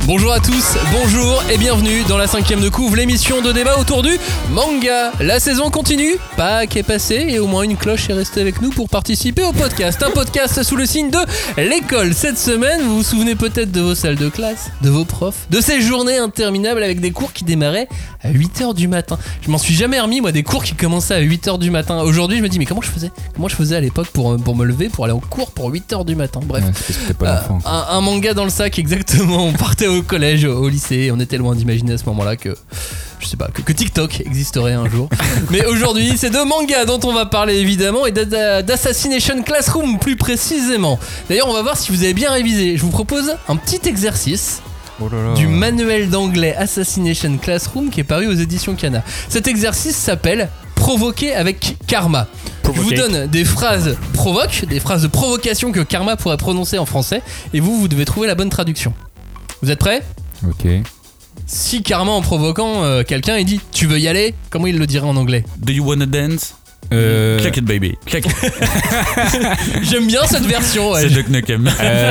Bonjour à tous, bonjour et bienvenue dans la 5ème de couvre, l'émission de débat autour du manga. La saison continue, Pâques est passé et au moins une cloche est restée avec nous pour participer au podcast. Un podcast sous le signe de l'école. Cette semaine, vous vous souvenez peut-être de vos salles de classe, de vos profs, de ces journées interminables avec des cours qui démarraient à 8h du matin. Je m'en suis jamais remis, moi, des cours qui commençaient à 8h du matin. Aujourd'hui, je me dis, mais comment je faisais à l'époque pour me lever, pour aller en cours pour 8h du matin. Bref, ouais, c'est parce que t'es pas l'enfant, un manga dans le sac, exactement. On partait au collège, au lycée, on était loin d'imaginer à ce moment-là que je sais pas, que TikTok existerait un jour. Mais aujourd'hui, c'est de manga dont on va parler évidemment et d'Assassination Classroom plus précisément. D'ailleurs, on va voir si vous avez bien révisé. Je vous propose un petit exercice du manuel d'anglais Assassination Classroom qui est paru aux éditions Kana. Cet exercice s'appelle Provoquer avec Karma. Je vous donne des phrases des phrases de provocation que Karma pourrait prononcer en français et vous devez trouver la bonne traduction. Vous êtes prêts ? Ok. Si Karma en provoquant quelqu'un il dit tu veux y aller, comment il le dirait en anglais ? Do you wanna dance ? Clack it baby, clack it. J'aime bien cette version. Ouais. C'est Duck Nukem.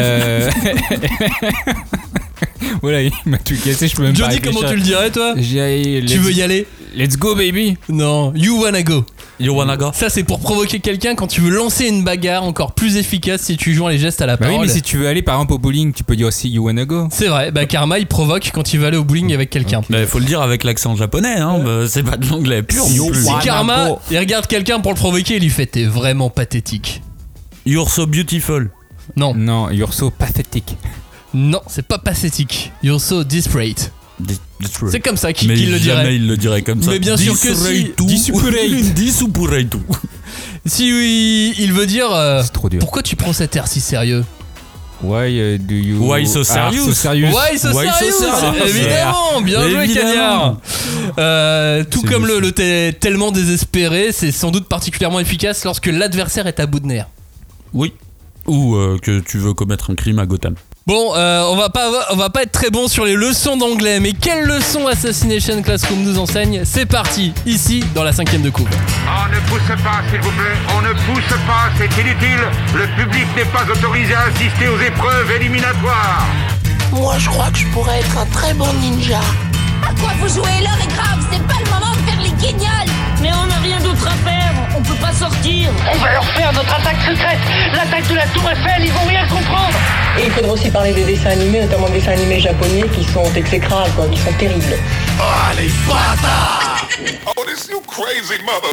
Voilà, il m'a tout cassé, je peux même Johnny, pas comment tu le dirais toi ? Tu veux y aller ? Let's go baby. Non, you wanna go. You wanna go. Ça c'est pour provoquer quelqu'un quand tu veux lancer une bagarre encore plus efficace si tu joins les gestes à la parole. Oui, mais si tu veux aller par exemple au bowling, tu peux dire aussi you wanna go. C'est vrai, Karma il provoque quand il veut aller au bowling avec quelqu'un. Bah faut le dire avec l'accent japonais, hein. C'est pas de l'anglais pur. Si Karma il regarde quelqu'un pour le provoquer, il lui fait t'es vraiment pathétique. You're so beautiful. Non, you're so pathetic. Non, c'est pas pathétique. You're so desperate. C'est comme ça qu'il le dirait. Jamais il le dirait comme ça. Mais bien sûr que si. Disupurate. Si il veut dire c'est trop dur. Pourquoi tu prends cet air si sérieux? Why so serious? Why so serious? Évidemment, bien joué Cagnard. Tout c'est comme le tellement désespéré, c'est sans doute particulièrement efficace lorsque l'adversaire est à bout de nerfs. Oui. Ou que tu veux commettre un crime à Gotham. Bon, on va pas être très bon sur les leçons d'anglais, mais quelle leçon Assassination Classroom nous enseigne? C'est parti, ici, dans la 5ème de couvre. On ne pousse pas, s'il vous plaît. On ne pousse pas, c'est inutile. Le public n'est pas autorisé à assister aux épreuves éliminatoires. Moi, je crois que je pourrais être un très bon ninja. À quoi vous jouez? L'heure est grave, c'est pas le moment de faire les guignols. Mais on n'a rien d'autre à faire, on peut pas sortir. On va leur faire notre attaque secrète, l'attaque de la Tour Eiffel, ils vont rien comprendre. Et il faudra aussi parler des dessins animés, notamment des dessins animés japonais qui sont exécrables, quoi, qui sont terribles. Oh, les bâtards! Oh, this you crazy mother!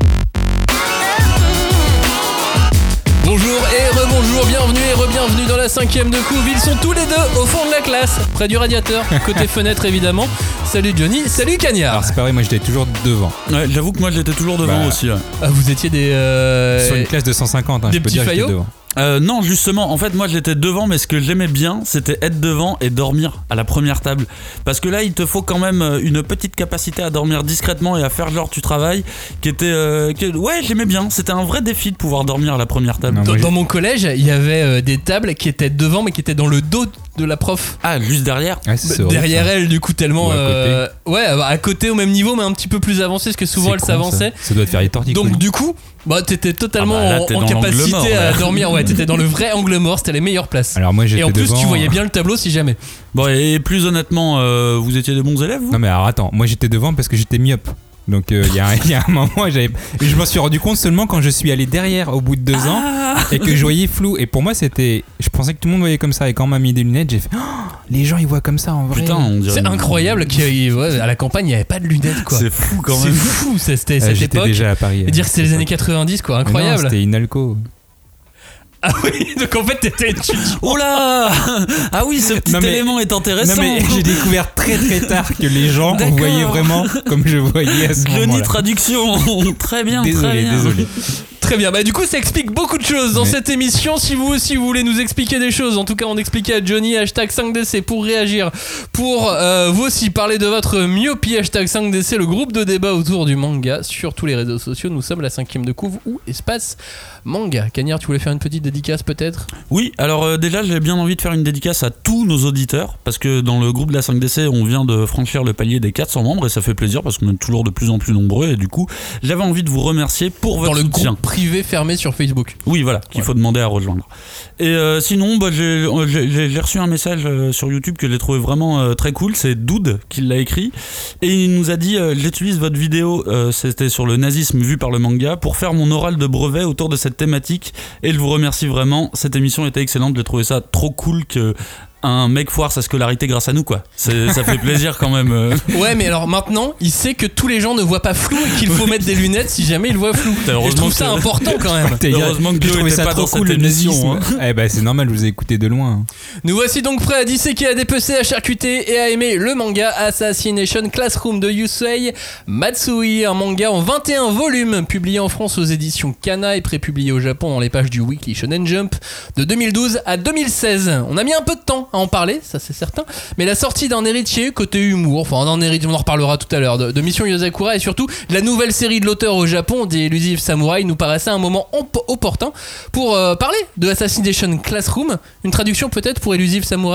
Bonjour et rebonjour, bienvenue et re-bienvenue dans la 5ème de couvre. Ils sont tous les deux au fond de la classe, près du radiateur, côté fenêtre évidemment. Salut Johnny, salut Cagnard. Alors c'est pareil, moi j'étais toujours devant. Ouais, j'avoue que moi j'étais toujours devant aussi. Ouais. Ah, vous étiez des... Sur une classe de 150, des je peux petits dire faillots devant. Non, justement, en fait, moi j'étais devant, mais ce que j'aimais bien, c'était être devant et dormir à la première table. Parce que là, il te faut quand même une petite capacité à dormir discrètement et à faire genre tu travailles, qui était... ouais, j'aimais bien, c'était un vrai défi de pouvoir dormir à la première table. Non, dans mon collège, il y avait des tables qui étaient devant, mais qui étaient dans le dos de la prof. Ah, juste derrière? Ouais, c'est derrière elle, du coup, tellement... ouais, à côté, au même niveau, mais un petit peu plus avancé, parce que souvent elle s'avançait. Ça doit te faire les torticolis. Donc du coup, t'étais totalement en capacité mort, à dormir. Ouais, t'étais dans le vrai angle mort, c'était les meilleures places. Alors moi j'étais et en plus devant, tu voyais bien le tableau si jamais. Bon, et plus honnêtement, vous étiez des bons élèves, vous? Non mais alors attends, moi j'étais devant parce que j'étais myope. Donc il y a un moment je m'en suis rendu compte seulement quand je suis allé derrière au bout de 2 ans et que je voyais flou. Et pour moi je pensais que tout le monde voyait comme ça. Et quand on m'a mis des lunettes, j'ai fait les gens ils voient comme ça en vrai. Putain, on dirait... C'est incroyable qu'à la campagne il n'y avait pas de lunettes quoi. C'est fou quand même. C'est fou, c'était cette j'étais époque. Déjà à Paris. Et dire que c'était les années 90 quoi, incroyable. Non, c'était Inalco. Ah oui, donc en fait t'étais étudiant. Oh là! Ah oui, ce petit élément est intéressant. Non mais j'ai découvert très très tard que les gens voyaient vraiment comme je voyais à ce moment-là. Johnny traduction. Très bien, désolé. Très bien, bah du coup ça explique beaucoup de choses dans cette émission. Si vous aussi vous voulez nous expliquer des choses, en tout cas on expliquait à Johnny, hashtag 5DC pour réagir, pour vous aussi parler de votre myopie, hashtag 5DC, le groupe de débat autour du manga sur tous les réseaux sociaux. Nous sommes la 5ème de couvre ou espace manga. Cagnard, tu voulais faire une petite dédicace peut-être ? Oui, alors déjà j'ai bien envie de faire une dédicace à tous nos auditeurs parce que dans le groupe de la 5DC on vient de franchir le palier des 400 membres et ça fait plaisir parce qu'on est toujours de plus en plus nombreux et du coup j'avais envie de vous remercier pour votre soutien. Dans le groupe privé fermé sur Facebook. Oui voilà, qu'il faut demander à rejoindre. Et sinon j'ai reçu un message sur YouTube que j'ai trouvé vraiment très cool, c'est Doud qui l'a écrit et il nous a dit j'utilise votre vidéo, c'était sur le nazisme vu par le manga, pour faire mon oral de brevet autour de cette thématique et je vous remercie vraiment, cette émission était excellente, j'ai trouvé ça trop cool que un mec foire sa scolarité grâce à nous quoi. Ça fait plaisir quand même. Ouais mais alors maintenant il sait que tous les gens ne voient pas flou et qu'il faut mettre des lunettes si jamais il voit flou. Et je trouve ça important quand même. Heureusement que Glo était pas dans cette émission. Eh ben c'est normal, je vous ai écouté de loin. Nous voici donc prêts à disséquer, à dépecer, à charcuter et à aimer le manga Assassination Classroom de Yusei Matsui, un manga en 21 volumes publié en France aux éditions Kana et prépublié au Japon dans les pages du Weekly Shonen Jump de 2012 à 2016. On a mis un peu de temps à en parler, ça c'est certain, mais la sortie d'un héritier côté humour, enfin d'un héritier, on en reparlera tout à l'heure, de Mission Yozakura et surtout de la nouvelle série de l'auteur au Japon, des Elusive Samurai, nous paraissait un moment opportun pour parler de Assassination Classroom. Une traduction peut-être pour Elusive Samurai ?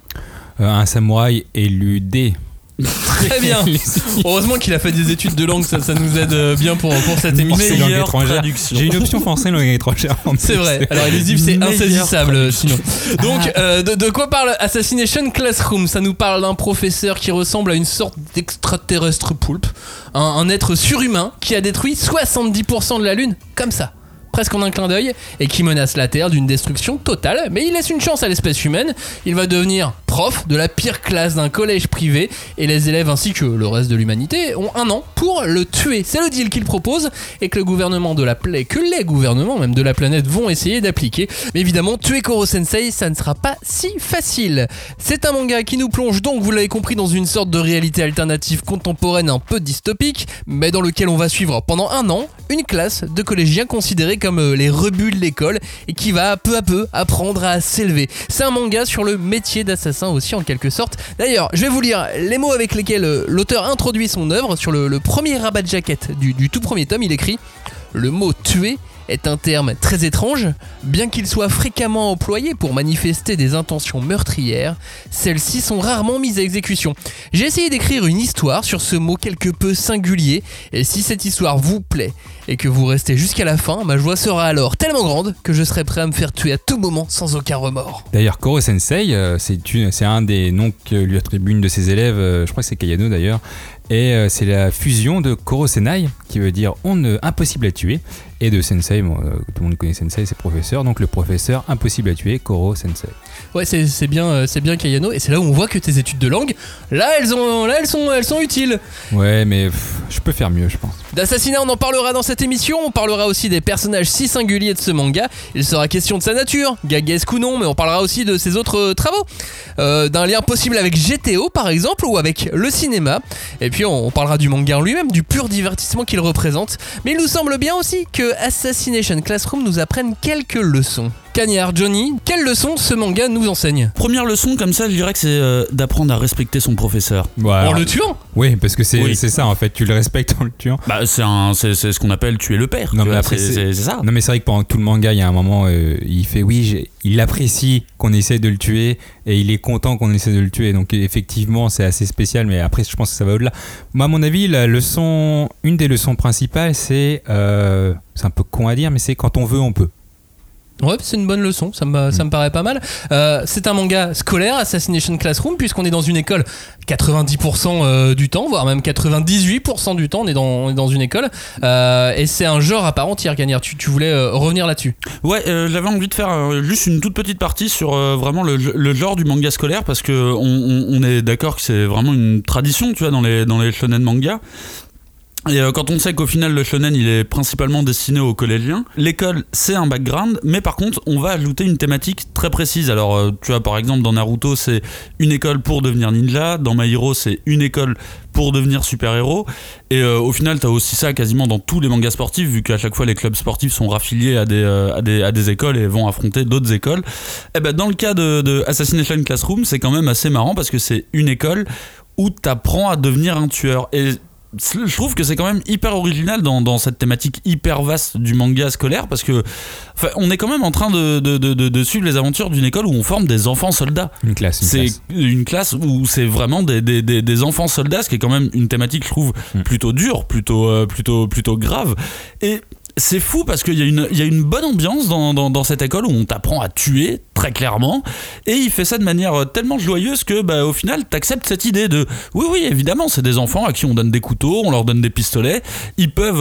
Un samouraï éludé. Très bien. Heureusement qu'il a fait des études de langue, ça nous aide bien pour cette émission. Meilleure traduction. J'ai une option français langue étrangère. C'est vrai. Alors Elusive c'est insaisissable sinon. Donc de quoi parle Assassination Classroom ? Ça nous parle d'un professeur qui ressemble à une sorte d'extraterrestre poulpe, un être surhumain qui a détruit 70% de la Lune comme ça, presque en un clin d'œil, et qui menace la Terre d'une destruction totale, mais il laisse une chance à l'espèce humaine. Il va devenir prof de la pire classe d'un collège privé, et les élèves ainsi que le reste de l'humanité ont 1 an pour le tuer. C'est le deal qu'il propose, et que le gouvernement de les gouvernements même de la planète vont essayer d'appliquer. Mais évidemment, tuer Koro Sensei, ça ne sera pas si facile. C'est un manga qui nous plonge donc, vous l'avez compris, dans une sorte de réalité alternative contemporaine un peu dystopique, mais dans lequel on va suivre pendant 1 an une classe de collégiens considérés comme les rebuts de l'école et qui va peu à peu apprendre à s'élever. C'est un manga sur le métier d'assassin aussi en quelque sorte. D'ailleurs, je vais vous lire les mots avec lesquels l'auteur introduit son œuvre. Sur le premier rabat de jaquette du tout premier tome, il écrit « Le mot « tuer » est un terme très étrange, bien qu'il soit fréquemment employé pour manifester des intentions meurtrières, celles-ci sont rarement mises à exécution. J'ai essayé d'écrire une histoire sur ce mot quelque peu singulier, et si cette histoire vous plaît et que vous restez jusqu'à la fin, ma joie sera alors tellement grande que je serai prêt à me faire tuer à tout moment sans aucun remords. » D'ailleurs, Koro Sensei, c'est un des noms que lui attribue une de ses élèves, je crois que c'est Kayano d'ailleurs, et c'est la fusion de Koro Senai, qui veut dire impossible à tuer, et de Sensei, tout le monde connaît Sensei, c'est professeur, donc le professeur impossible à tuer, Koro Sensei. Ouais, c'est bien Kayano, et c'est là où on voit que tes études de langue, elles sont utiles. Ouais, mais je peux faire mieux, je pense. D'assassinat, on en parlera dans cette émission, on parlera aussi des personnages si singuliers de ce manga, il sera question de sa nature, gaguesque ou non, mais on parlera aussi de ses autres travaux, d'un lien possible avec GTO par exemple, ou avec le cinéma, et puis on parlera du manga en lui-même, du pur divertissement qu'il représente, mais il nous semble bien aussi que Assassination Classroom nous apprenne quelques leçons. Cagnard, Johnny, quelles leçons ce manga nous enseigne ? Première leçon comme ça, je dirais que c'est d'apprendre à respecter son professeur. Ouais, en le tuant ? Oui, parce que c'est ça en fait, tu le respectes en le tuant. Bah c'est ce qu'on appelle tuer le père. Non mais après c'est ça. Non mais c'est vrai que pendant tout le manga, il y a un moment il fait il apprécie qu'on essaie de le tuer et il est content qu'on essaie de le tuer. Donc effectivement, c'est assez spécial, mais après je pense que ça va au-delà. Moi à mon avis, une des leçons principales, c'est un peu con à dire, mais c'est quand on veut, on peut. Ouais, c'est une bonne leçon, ça me paraît pas mal. C'est un manga scolaire, Assassination Classroom, puisqu'on est dans une école 90% du temps, voire même 98% du temps, on est dans une école. Et c'est un genre à part entière, Cagnard. Tu voulais revenir là-dessus ? Ouais, j'avais envie de faire juste une toute petite partie sur vraiment le genre du manga scolaire, parce que on est d'accord que c'est vraiment une tradition, tu vois, dans les shonen manga. Et quand on sait qu'au final le shonen il est principalement destiné aux collégiens, l'école c'est un background, mais par contre on va ajouter une thématique très précise. Alors tu vois par exemple dans Naruto c'est une école pour devenir ninja, dans My Hero c'est une école pour devenir super-héros, et au final t'as aussi ça quasiment dans tous les mangas sportifs, vu qu'à chaque fois les clubs sportifs sont raffiliés à des écoles et vont affronter d'autres écoles. Et ben dans le cas de Assassination Classroom c'est quand même assez marrant parce que c'est une école où t'apprends à devenir un tueur, et je trouve que c'est quand même hyper original dans cette thématique hyper vaste du manga scolaire, parce que on est quand même en train de suivre les aventures d'une école où on forme des enfants soldats. Une classe où c'est vraiment des enfants soldats, ce qui est quand même une thématique, je trouve, plutôt dure, plutôt grave. Et c'est fou parce qu'il y a une bonne ambiance dans cette école où on t'apprend à tuer très clairement, et il fait ça de manière tellement joyeuse que au final t'acceptes cette idée de oui évidemment c'est des enfants à qui on donne des couteaux, on leur donne des pistolets, ils peuvent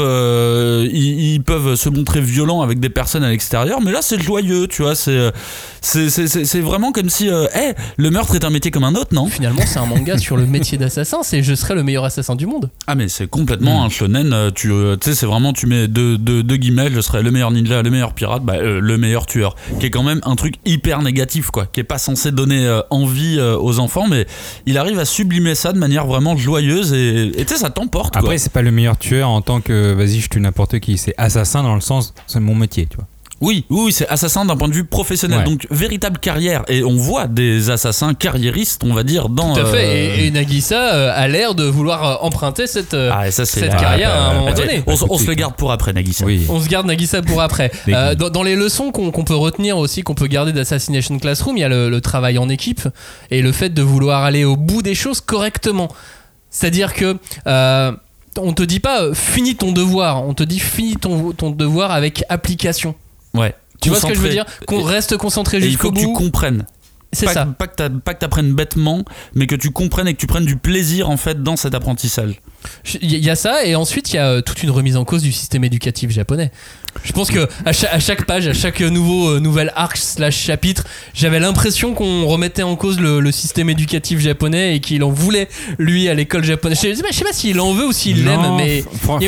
se montrer violents avec des personnes à l'extérieur, mais là c'est joyeux, tu vois, c'est vraiment comme si le meurtre est un métier comme un autre, non ? Finalement c'est un manga sur le métier d'assassin, c'est je serai le meilleur assassin du monde. Ah mais c'est complètement un shonen, tu sais, c'est vraiment, tu mets deux guillemets, je serai le meilleur ninja, le meilleur pirate, le meilleur tueur, qui est quand même un truc hyper négatif, quoi, qui est pas censé donner envie aux enfants, mais il arrive à sublimer ça de manière vraiment joyeuse, et tu sais, ça t'emporte, quoi. Après c'est pas le meilleur tueur en tant que vas-y je tue n'importe qui, c'est assassin dans le sens c'est mon métier, tu vois. Oui, c'est assassin d'un point de vue professionnel, donc véritable carrière, et on voit des assassins carriéristes, on va dire, dans... Tout à fait, et Nagisa a l'air de vouloir emprunter cette carrière à un moment donné. On se le garde pour après, Nagisa. Oui. On se garde Nagisa pour après. Dans les leçons qu'on peut retenir aussi, qu'on peut garder d'Assassination Classroom, il y a le travail en équipe, et le fait de vouloir aller au bout des choses correctement. C'est-à-dire que... on te dit pas finis ton devoir, on te dit finis ton devoir avec application. Ouais. Tu vois ce que je veux dire ? Qu'on reste concentré jusqu'au bout. Il faut que tu comprennes. C'est ça. Pas que t'apprennes bêtement, mais que tu comprennes et que tu prennes du plaisir en fait dans cet apprentissage. Il y a ça, et ensuite il y a toute une remise en cause du système éducatif japonais. Je pense que à chaque page, à chaque nouvel arc / chapitre, j'avais l'impression qu'on remettait en cause le système éducatif japonais et qu'il en voulait lui à l'école japonaise. Je sais pas s'il en veut ou s'il l'aime, mais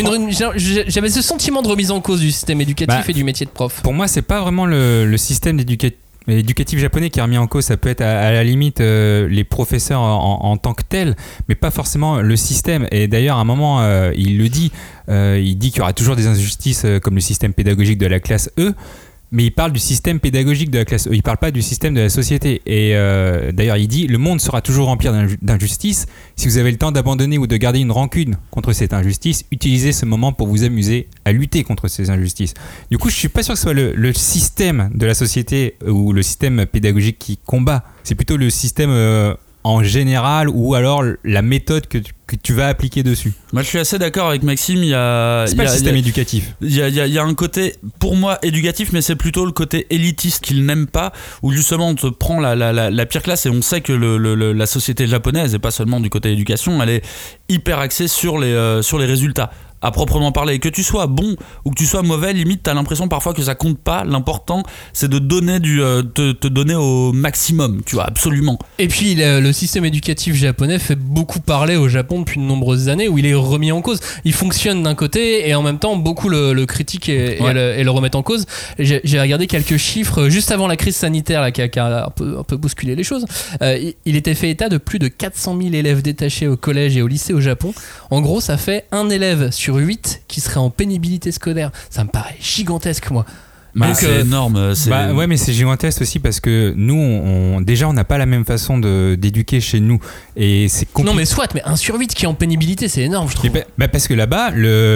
j'avais ce sentiment de remise en cause du système éducatif et du métier de prof. Pour moi, c'est pas vraiment le système éducatif japonais qui est remis en cause, ça peut être à la limite les professeurs en tant que tels, mais pas forcément le système. Et d'ailleurs à un moment il le dit, il dit qu'il y aura toujours des injustices comme le système pédagogique de la classe E, mais il parle du système pédagogique de la classe E, il parle pas du système de la société. Et d'ailleurs il dit le monde sera toujours rempli d'injustices. Si vous avez le temps d'abandonner ou de garder une rancune contre cette injustice, utilisez ce moment pour vous amuser à lutter contre ces injustices. Du coup je suis pas sûr que ce soit le système de la société ou le système pédagogique qui combat, c'est plutôt le système en général, ou alors la méthode que tu vas appliquer dessus. Moi je suis assez d'accord avec Maxime, c'est pas le système éducatif. Il y a un côté pour moi éducatif, mais c'est plutôt le côté élitiste qu'il n'aime pas, où justement on te prend la pire classe, et on sait que la société japonaise, et pas seulement du côté éducation, elle est hyper axée sur les résultats à proprement parler. Que tu sois bon ou que tu sois mauvais, limite t'as l'impression parfois que ça compte pas. L'important c'est de donner te donner au maximum, tu vois, absolument. Et puis le système éducatif japonais fait beaucoup parler au Japon depuis de nombreuses années, où il est remis en cause. Il fonctionne d'un côté et en même temps beaucoup le critiquent et le remettent en cause. J'ai regardé quelques chiffres juste avant la crise sanitaire là, qui a un peu bousculé les choses. Il était fait état de plus de 400 000 élèves détachés au collège et au lycée au Japon. En gros ça fait un élève sur 8 qui serait en pénibilité scolaire. Ça me paraît gigantesque, moi. C'est énorme. Ouais, mais c'est gigantesque aussi parce que nous, on n'a pas la même façon d'éduquer chez nous. Et c'est compliqué. Non, mais soit, mais 1 sur 8 qui est en pénibilité, c'est énorme, je trouve. Parce que là-bas,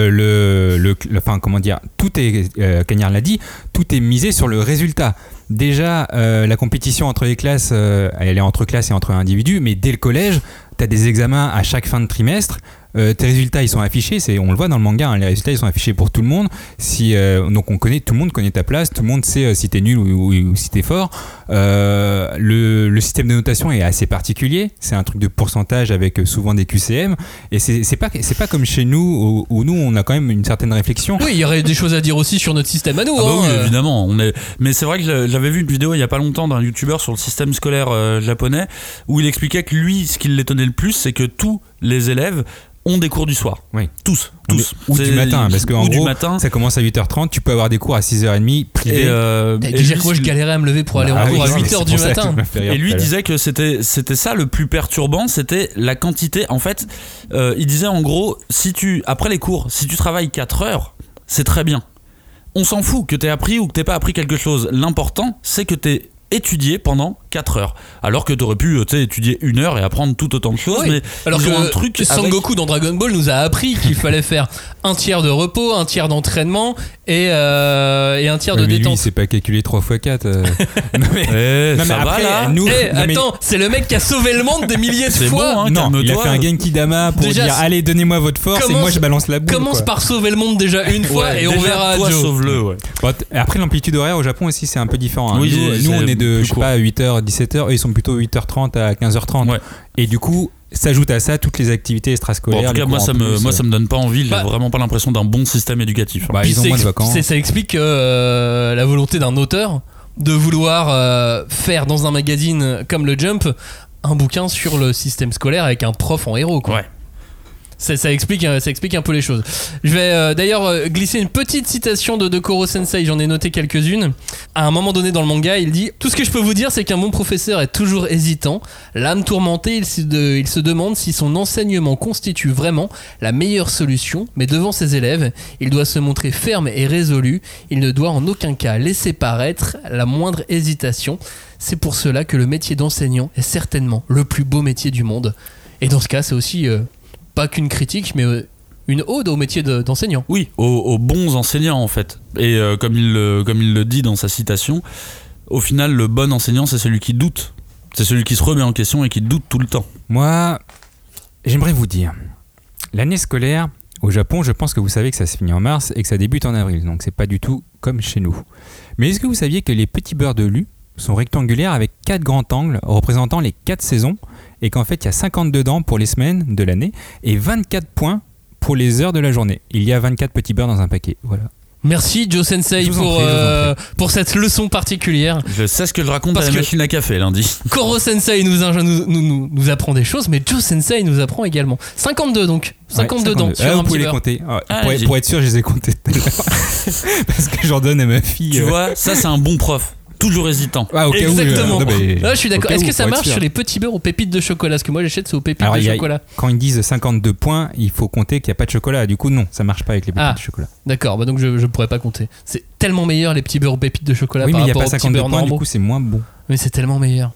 enfin, comment dire, tout est, Cagnard l'a dit, tout est misé sur le résultat. Déjà, la compétition entre les classes, elle est entre classes et entre individus, mais dès le collège, t'as des examens à chaque fin de trimestre. Tes résultats ils sont affichés, on le voit dans le manga, hein, les résultats ils sont affichés pour tout le monde. Donc tout le monde connaît ta place, tout le monde sait si t'es nul ou si t'es fort. Le système de notation est assez particulier, c'est un truc de pourcentage avec souvent des QCM, et c'est pas comme chez nous où nous on a quand même une certaine réflexion. Oui, il y aurait des choses à dire aussi sur notre système à nous. Oui, évidemment. Mais c'est vrai que j'avais vu une vidéo il y a pas longtemps d'un youtubeur sur le système scolaire japonais, où il expliquait que lui, ce qui l'étonnait le plus, c'est que tous les élèves ont des cours du soir. Oui. Tous. Ou du matin, parce qu'en gros, ça commence à 8h30, tu peux avoir des cours à 6h30 privés. Moi, je galérais à me lever pour aller en cours à 8h du matin. Et lui disait que c'était ça le plus perturbant, c'était la quantité. En fait, il disait en gros, après les cours, si tu travailles 4 heures, c'est très bien. On s'en fout que t'aies appris ou que t'aies pas appris quelque chose. L'important, c'est que t'aies étudier pendant 4 heures. Alors que t'aurais pu étudier 1 heure et apprendre tout autant de choses. Oui. Mais alors ils que ont un truc Sangoku dans Dragon Ball nous a appris qu'il fallait faire un tiers de repos, un tiers d'entraînement et un tiers de mais détente. lui, c'est pas calculé 3x4. Non mais ça après, va là. nous, Attends, c'est le mec qui a sauvé le monde des milliers de C'est fois. bon, hein, non, il a calme-toi. fait un Genki Dama pour Déjà, dire allez, donnez-moi votre force et moi je balance la boule. Commence quoi. par sauver le monde déjà une fois Ouais, et on déjà, verra toi, Joe. sauve-le, ouais. Bon, après, l'amplitude horaire au Japon aussi, c'est un peu différent. Hein. Oui, nous, c'est on est de, plus je sais pas, 8h, 17h. Eux, ils sont plutôt 8h30 à 15h30. Ouais. Et du coup, s'ajoute à ça toutes les activités extrascolaires. Bon, en tout cas, les moi cours ça en plus, moi ça me donne pas envie. J'ai Bah, vraiment pas l'impression d'un bon système éducatif. Bah, Puis ils ont moins de vacances. ça explique la volonté d'un auteur de vouloir faire dans un magazine comme le Jump un bouquin sur le système scolaire avec un prof en héros, quoi. Ouais. Ça explique un peu les choses. Je vais d'ailleurs glisser une petite citation de Koro Sensei, j'en ai noté quelques-unes. À un moment donné dans le manga, il dit « Tout ce que je peux vous dire, c'est qu'un bon professeur est toujours hésitant. L'âme tourmentée, il se demande si son enseignement constitue vraiment la meilleure solution, mais devant ses élèves, il doit se montrer ferme et résolu. Il ne doit en aucun cas laisser paraître la moindre hésitation. C'est pour cela que le métier d'enseignant est certainement le plus beau métier du monde. » Et dans ce cas, c'est aussi... pas qu'une critique, mais une ode au métier d'enseignant. Oui, aux bons enseignants en fait. Et comme il le dit dans sa citation, au final, le bon enseignant, c'est celui qui doute. C'est celui qui se remet en question et qui doute tout le temps. Moi, j'aimerais vous dire, l'année scolaire au Japon, je pense que vous savez que ça se finit en mars et que ça débute en avril. Donc c'est pas du tout comme chez nous. Mais est-ce que vous saviez que les petits beurres de Lu sont rectangulaires avec 4 grands angles représentant les 4 saisons et qu'en fait il y a 52 dents pour les semaines de l'année et 24 points pour les heures de la journée. Il y a 24 petits beurres dans un paquet. Voilà. Merci Joe Sensei pour cette leçon particulière. Je sais ce que je raconte Parce à la que machine à café lundi. Koro Sensei nous apprend des choses, mais Joe Sensei nous apprend également. 52 donc. 52 dents sur vous un pouvez petit les beurre. compter. Pour être sûr, je les ai comptés tout à l'heure. Parce que j'en donne à ma fille. Tu vois, ça c'est un bon prof. Toujours hésitant. Ah, Exactement. Là, je suis d'accord. Est-ce que ça marche sur sur les petits beurres aux pépites de chocolat? Parce que moi, j'achète c'est aux pépites de chocolat. Quand ils disent 52 points, il faut compter qu'il n'y a pas de chocolat. Du coup, non, ça marche pas avec les pépites de chocolat. D'accord, donc je pourrais pas compter. C'est tellement meilleur les petits beurres aux pépites de chocolat par rapport aux petits beurres normaux. Du coup, c'est moins bon. Mais c'est tellement meilleur.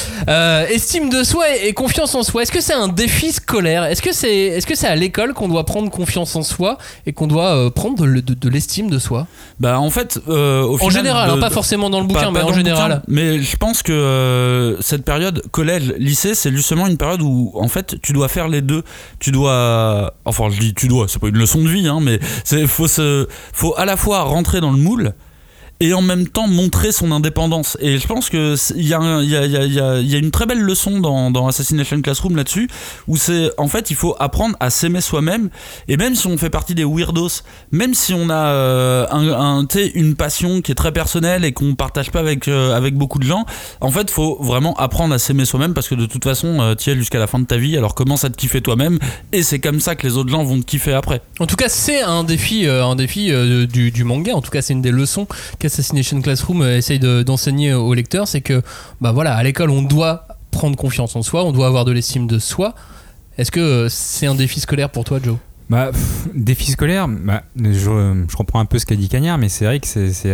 Estime de soi et confiance en soi. Est-ce que c'est un défi scolaire? Est-ce que c'est à l'école qu'on doit prendre confiance en soi et qu'on doit prendre de l'estime de soi? Bah en fait, en général, pas forcément dans le bouquin, mais en général. Mais je pense que cette période collège, lycée, c'est justement une période où en fait tu dois faire les deux. Tu dois, enfin je dis tu dois, c'est pas une leçon de vie, hein, mais faut à la fois rentrer dans le moule et en même temps montrer son indépendance. Et je pense que il y a une très belle leçon dans Assassination Classroom là-dessus, où c'est en fait il faut apprendre à s'aimer soi-même, et même si on fait partie des weirdos, même si on a une passion qui est très personnelle et qu'on partage pas avec beaucoup de gens, en fait faut vraiment apprendre à s'aimer soi-même, parce que de toute façon tu es jusqu'à la fin de ta vie, alors commence à te kiffer toi-même, et c'est comme ça que les autres gens vont te kiffer après. En tout cas c'est un défi du manga. En tout cas c'est une des leçons qu'Assassination Classroom essaye d'enseigner aux lecteurs, c'est que à l'école on doit prendre confiance en soi, on doit avoir de l'estime de soi. Est-ce que c'est un défi scolaire pour toi, Joe? Défi scolaire, je reprends un peu ce qu'a dit Cagnard, mais c'est vrai que c'est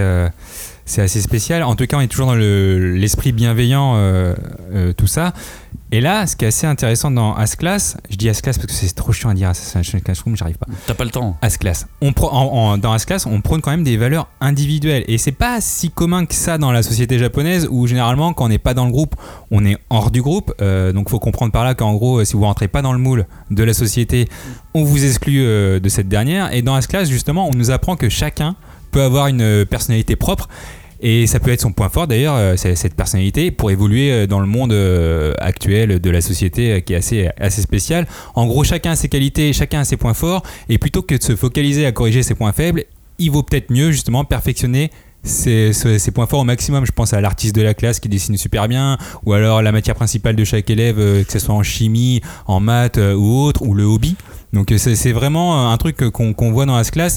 assez spécial. En tout cas, on est toujours dans l'esprit bienveillant, tout ça. Et là, ce qui est assez intéressant dans As-Class, je dis As-Class parce que c'est trop chiant à dire Assassination Classroom, j'arrive pas. T'as pas le temps. As-Class. Dans As-Class, on prône quand même des valeurs individuelles. Et c'est pas si commun que ça dans la société japonaise, où généralement, quand on n'est pas dans le groupe, on est hors du groupe. Donc, faut comprendre par là qu'en gros, si vous rentrez pas dans le moule de la société, on vous exclut de cette dernière. Et dans As-Class, justement, on nous apprend que chacun peut avoir une personnalité propre. Et ça peut être son point fort d'ailleurs, cette personnalité, pour évoluer dans le monde actuel de la société qui est assez spécial. En gros, chacun a ses qualités, chacun a ses points forts, et plutôt que de se focaliser à corriger ses points faibles, il vaut peut-être mieux justement perfectionner ses points forts au maximum. Je pense à l'artiste de la classe qui dessine super bien, ou alors la matière principale de chaque élève, que ce soit en chimie, en maths ou autre, ou le hobby. Donc c'est vraiment un truc qu'on voit dans As-Class,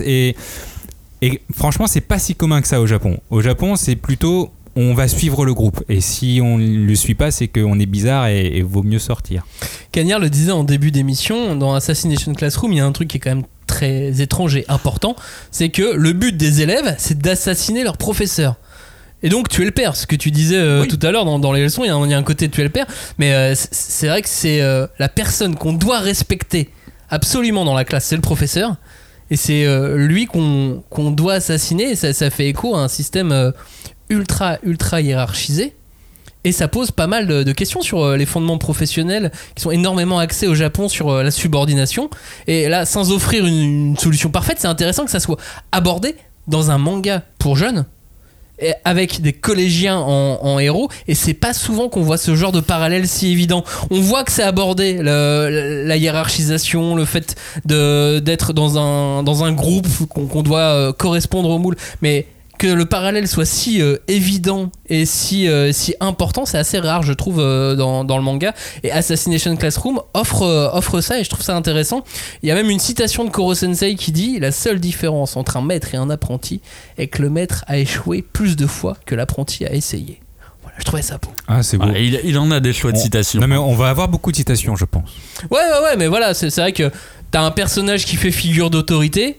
et franchement, c'est pas si commun que ça au Japon. Au Japon, c'est plutôt on va suivre le groupe. Et si on ne le suit pas, c'est qu'on est bizarre et vaut mieux sortir. Cagnard le disait en début d'émission, dans Assassination Classroom, il y a un truc qui est quand même très étrange et important, c'est que le but des élèves, c'est d'assassiner leur professeur. Et donc tuer le père, ce que tu disais tout à l'heure dans les leçons, il y a un côté de tuer le père, mais c'est vrai que c'est la personne qu'on doit respecter absolument dans la classe, c'est le professeur, et c'est lui qu'on doit assassiner, et ça fait écho à un système ultra hiérarchisé, et ça pose pas mal de questions sur les fondements professionnels qui sont énormément axés au Japon sur la subordination, et là, sans offrir une solution parfaite, c'est intéressant que ça soit abordé dans un manga pour jeunes, avec des collégiens en héros, et c'est pas souvent qu'on voit ce genre de parallèle si évident. On voit que c'est abordé, la hiérarchisation, le fait d'être dans un groupe qu'on doit correspondre au moule, mais que le parallèle soit si évident et si important, c'est assez rare, je trouve, dans le manga. Et Assassination Classroom offre ça, et je trouve ça intéressant. Il y a même une citation de Koro Sensei qui dit: la seule différence entre un maître et un apprenti est que le maître a échoué plus de fois que l'apprenti a essayé. Voilà, je trouvais ça beau. Ah, c'est beau. Il en a des choix de citations. Non, mais on va avoir beaucoup de citations, je pense. Ouais, mais voilà, c'est vrai que t'as un personnage qui fait figure d'autorité,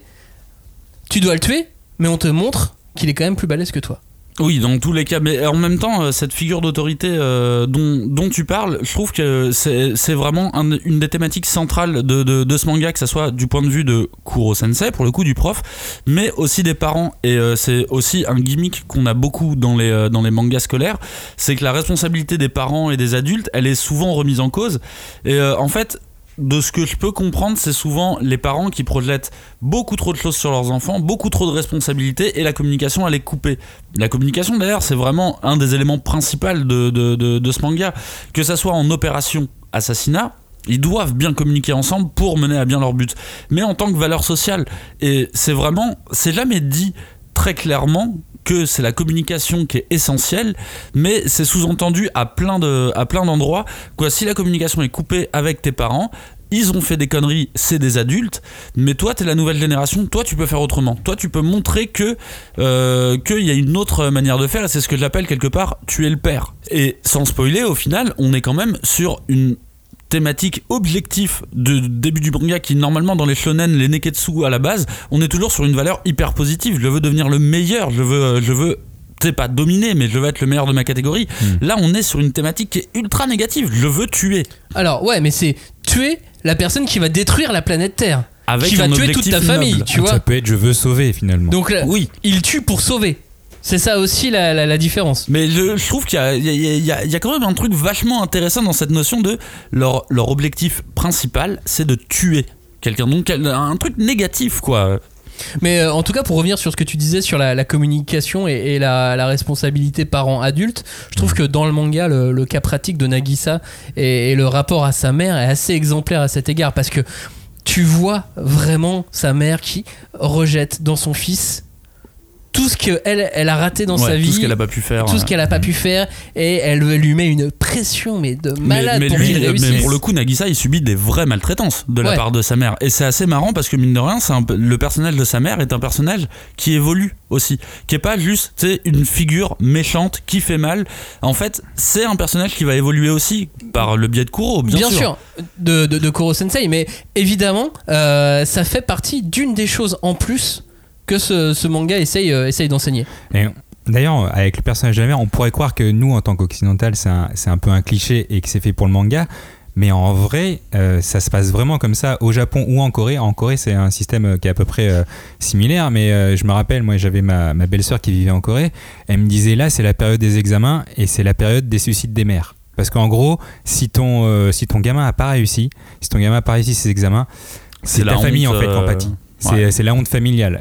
tu dois le tuer, mais on te montre qu'il est quand même plus balèze que toi. Oui, dans tous les cas, mais en même temps, cette figure d'autorité dont tu parles, je trouve que c'est vraiment une des thématiques centrales de ce manga, que ça soit du point de vue de Kuro Sensei, pour le coup du prof, mais aussi des parents, et c'est aussi un gimmick qu'on a beaucoup dans les mangas scolaires, c'est que la responsabilité des parents et des adultes, elle est souvent remise en cause, et en fait, de ce que je peux comprendre, c'est souvent les parents qui projettent beaucoup trop de choses sur leurs enfants, beaucoup trop de responsabilités, et la communication, elle est coupée. La communication, d'ailleurs, c'est vraiment un des éléments principaux de ce manga. Que ça soit en opération assassinat, ils doivent bien communiquer ensemble pour mener à bien leur but. Mais en tant que valeur sociale, et c'est jamais dit très clairement que c'est la communication qui est essentielle, mais c'est sous-entendu à plein d'endroits, quoi. Si la communication est coupée avec tes parents, ils ont fait des conneries, c'est des adultes, mais toi t'es la nouvelle génération, toi tu peux faire autrement, toi tu peux montrer qu'il y a une autre manière de faire, et c'est ce que j'appelle quelque part tuer le père. Et sans spoiler, au final on est quand même sur une thématique objectif de début du manga, qui normalement dans les shonen, les neketsu à la base, on est toujours sur une valeur hyper positive. Je veux devenir le meilleur, je veux c'est pas dominer, mais je veux être le meilleur de ma catégorie. Là on est sur une thématique qui est ultra négative, je veux tuer. Alors ouais, mais c'est tuer la personne qui va détruire la planète Terre, avec qui va tuer toute ta famille, tu vois. Ça peut être je veux sauver finalement. Donc là, oui, il tue pour sauver. C'est ça aussi la différence. Mais je trouve qu'il y a quand même un truc vachement intéressant dans cette notion de leur objectif principal, c'est de tuer quelqu'un. Donc un truc négatif, quoi. Mais en tout cas, pour revenir sur ce que tu disais sur la communication et la responsabilité parent-adulte, je trouve que dans le manga, le cas pratique de Nagisa et le rapport à sa mère est assez exemplaire à cet égard, parce que tu vois vraiment sa mère qui rejette dans son fils tout ce qu'elle a raté dans sa vie, tout ce qu'elle a pas pu faire, tout ce qu'elle a pas pu faire, et elle lui met une pression mais de malade pour qu'il réussisse. Mais pour le coup, Nagisa, il subit des vraies maltraitances de la part de sa mère, et c'est assez marrant parce que mine de rien, le personnage de sa mère est un personnage qui évolue aussi, qui est pas juste une figure méchante qui fait mal. En fait, c'est un personnage qui va évoluer aussi par le biais de Kuro, bien sûr de Kuro Sensei, mais évidemment ça fait partie d'une des choses en plus que ce manga essaye d'enseigner. Et d'ailleurs, avec le personnage de la mère, on pourrait croire que nous, en tant qu'occidental, c'est un peu un cliché et que c'est fait pour le manga, mais en vrai, ça se passe vraiment comme ça au Japon ou en Corée. En Corée, c'est un système qui est à peu près similaire, mais je me rappelle, moi, j'avais ma belle-sœur qui vivait en Corée. Elle me disait, là, c'est la période des examens et c'est la période des suicides des mères. Parce qu'en gros, si ton gamin n'a pas réussi, ses examens, c'est ta famille en fait qui en pâtit. C'est la honte familiale,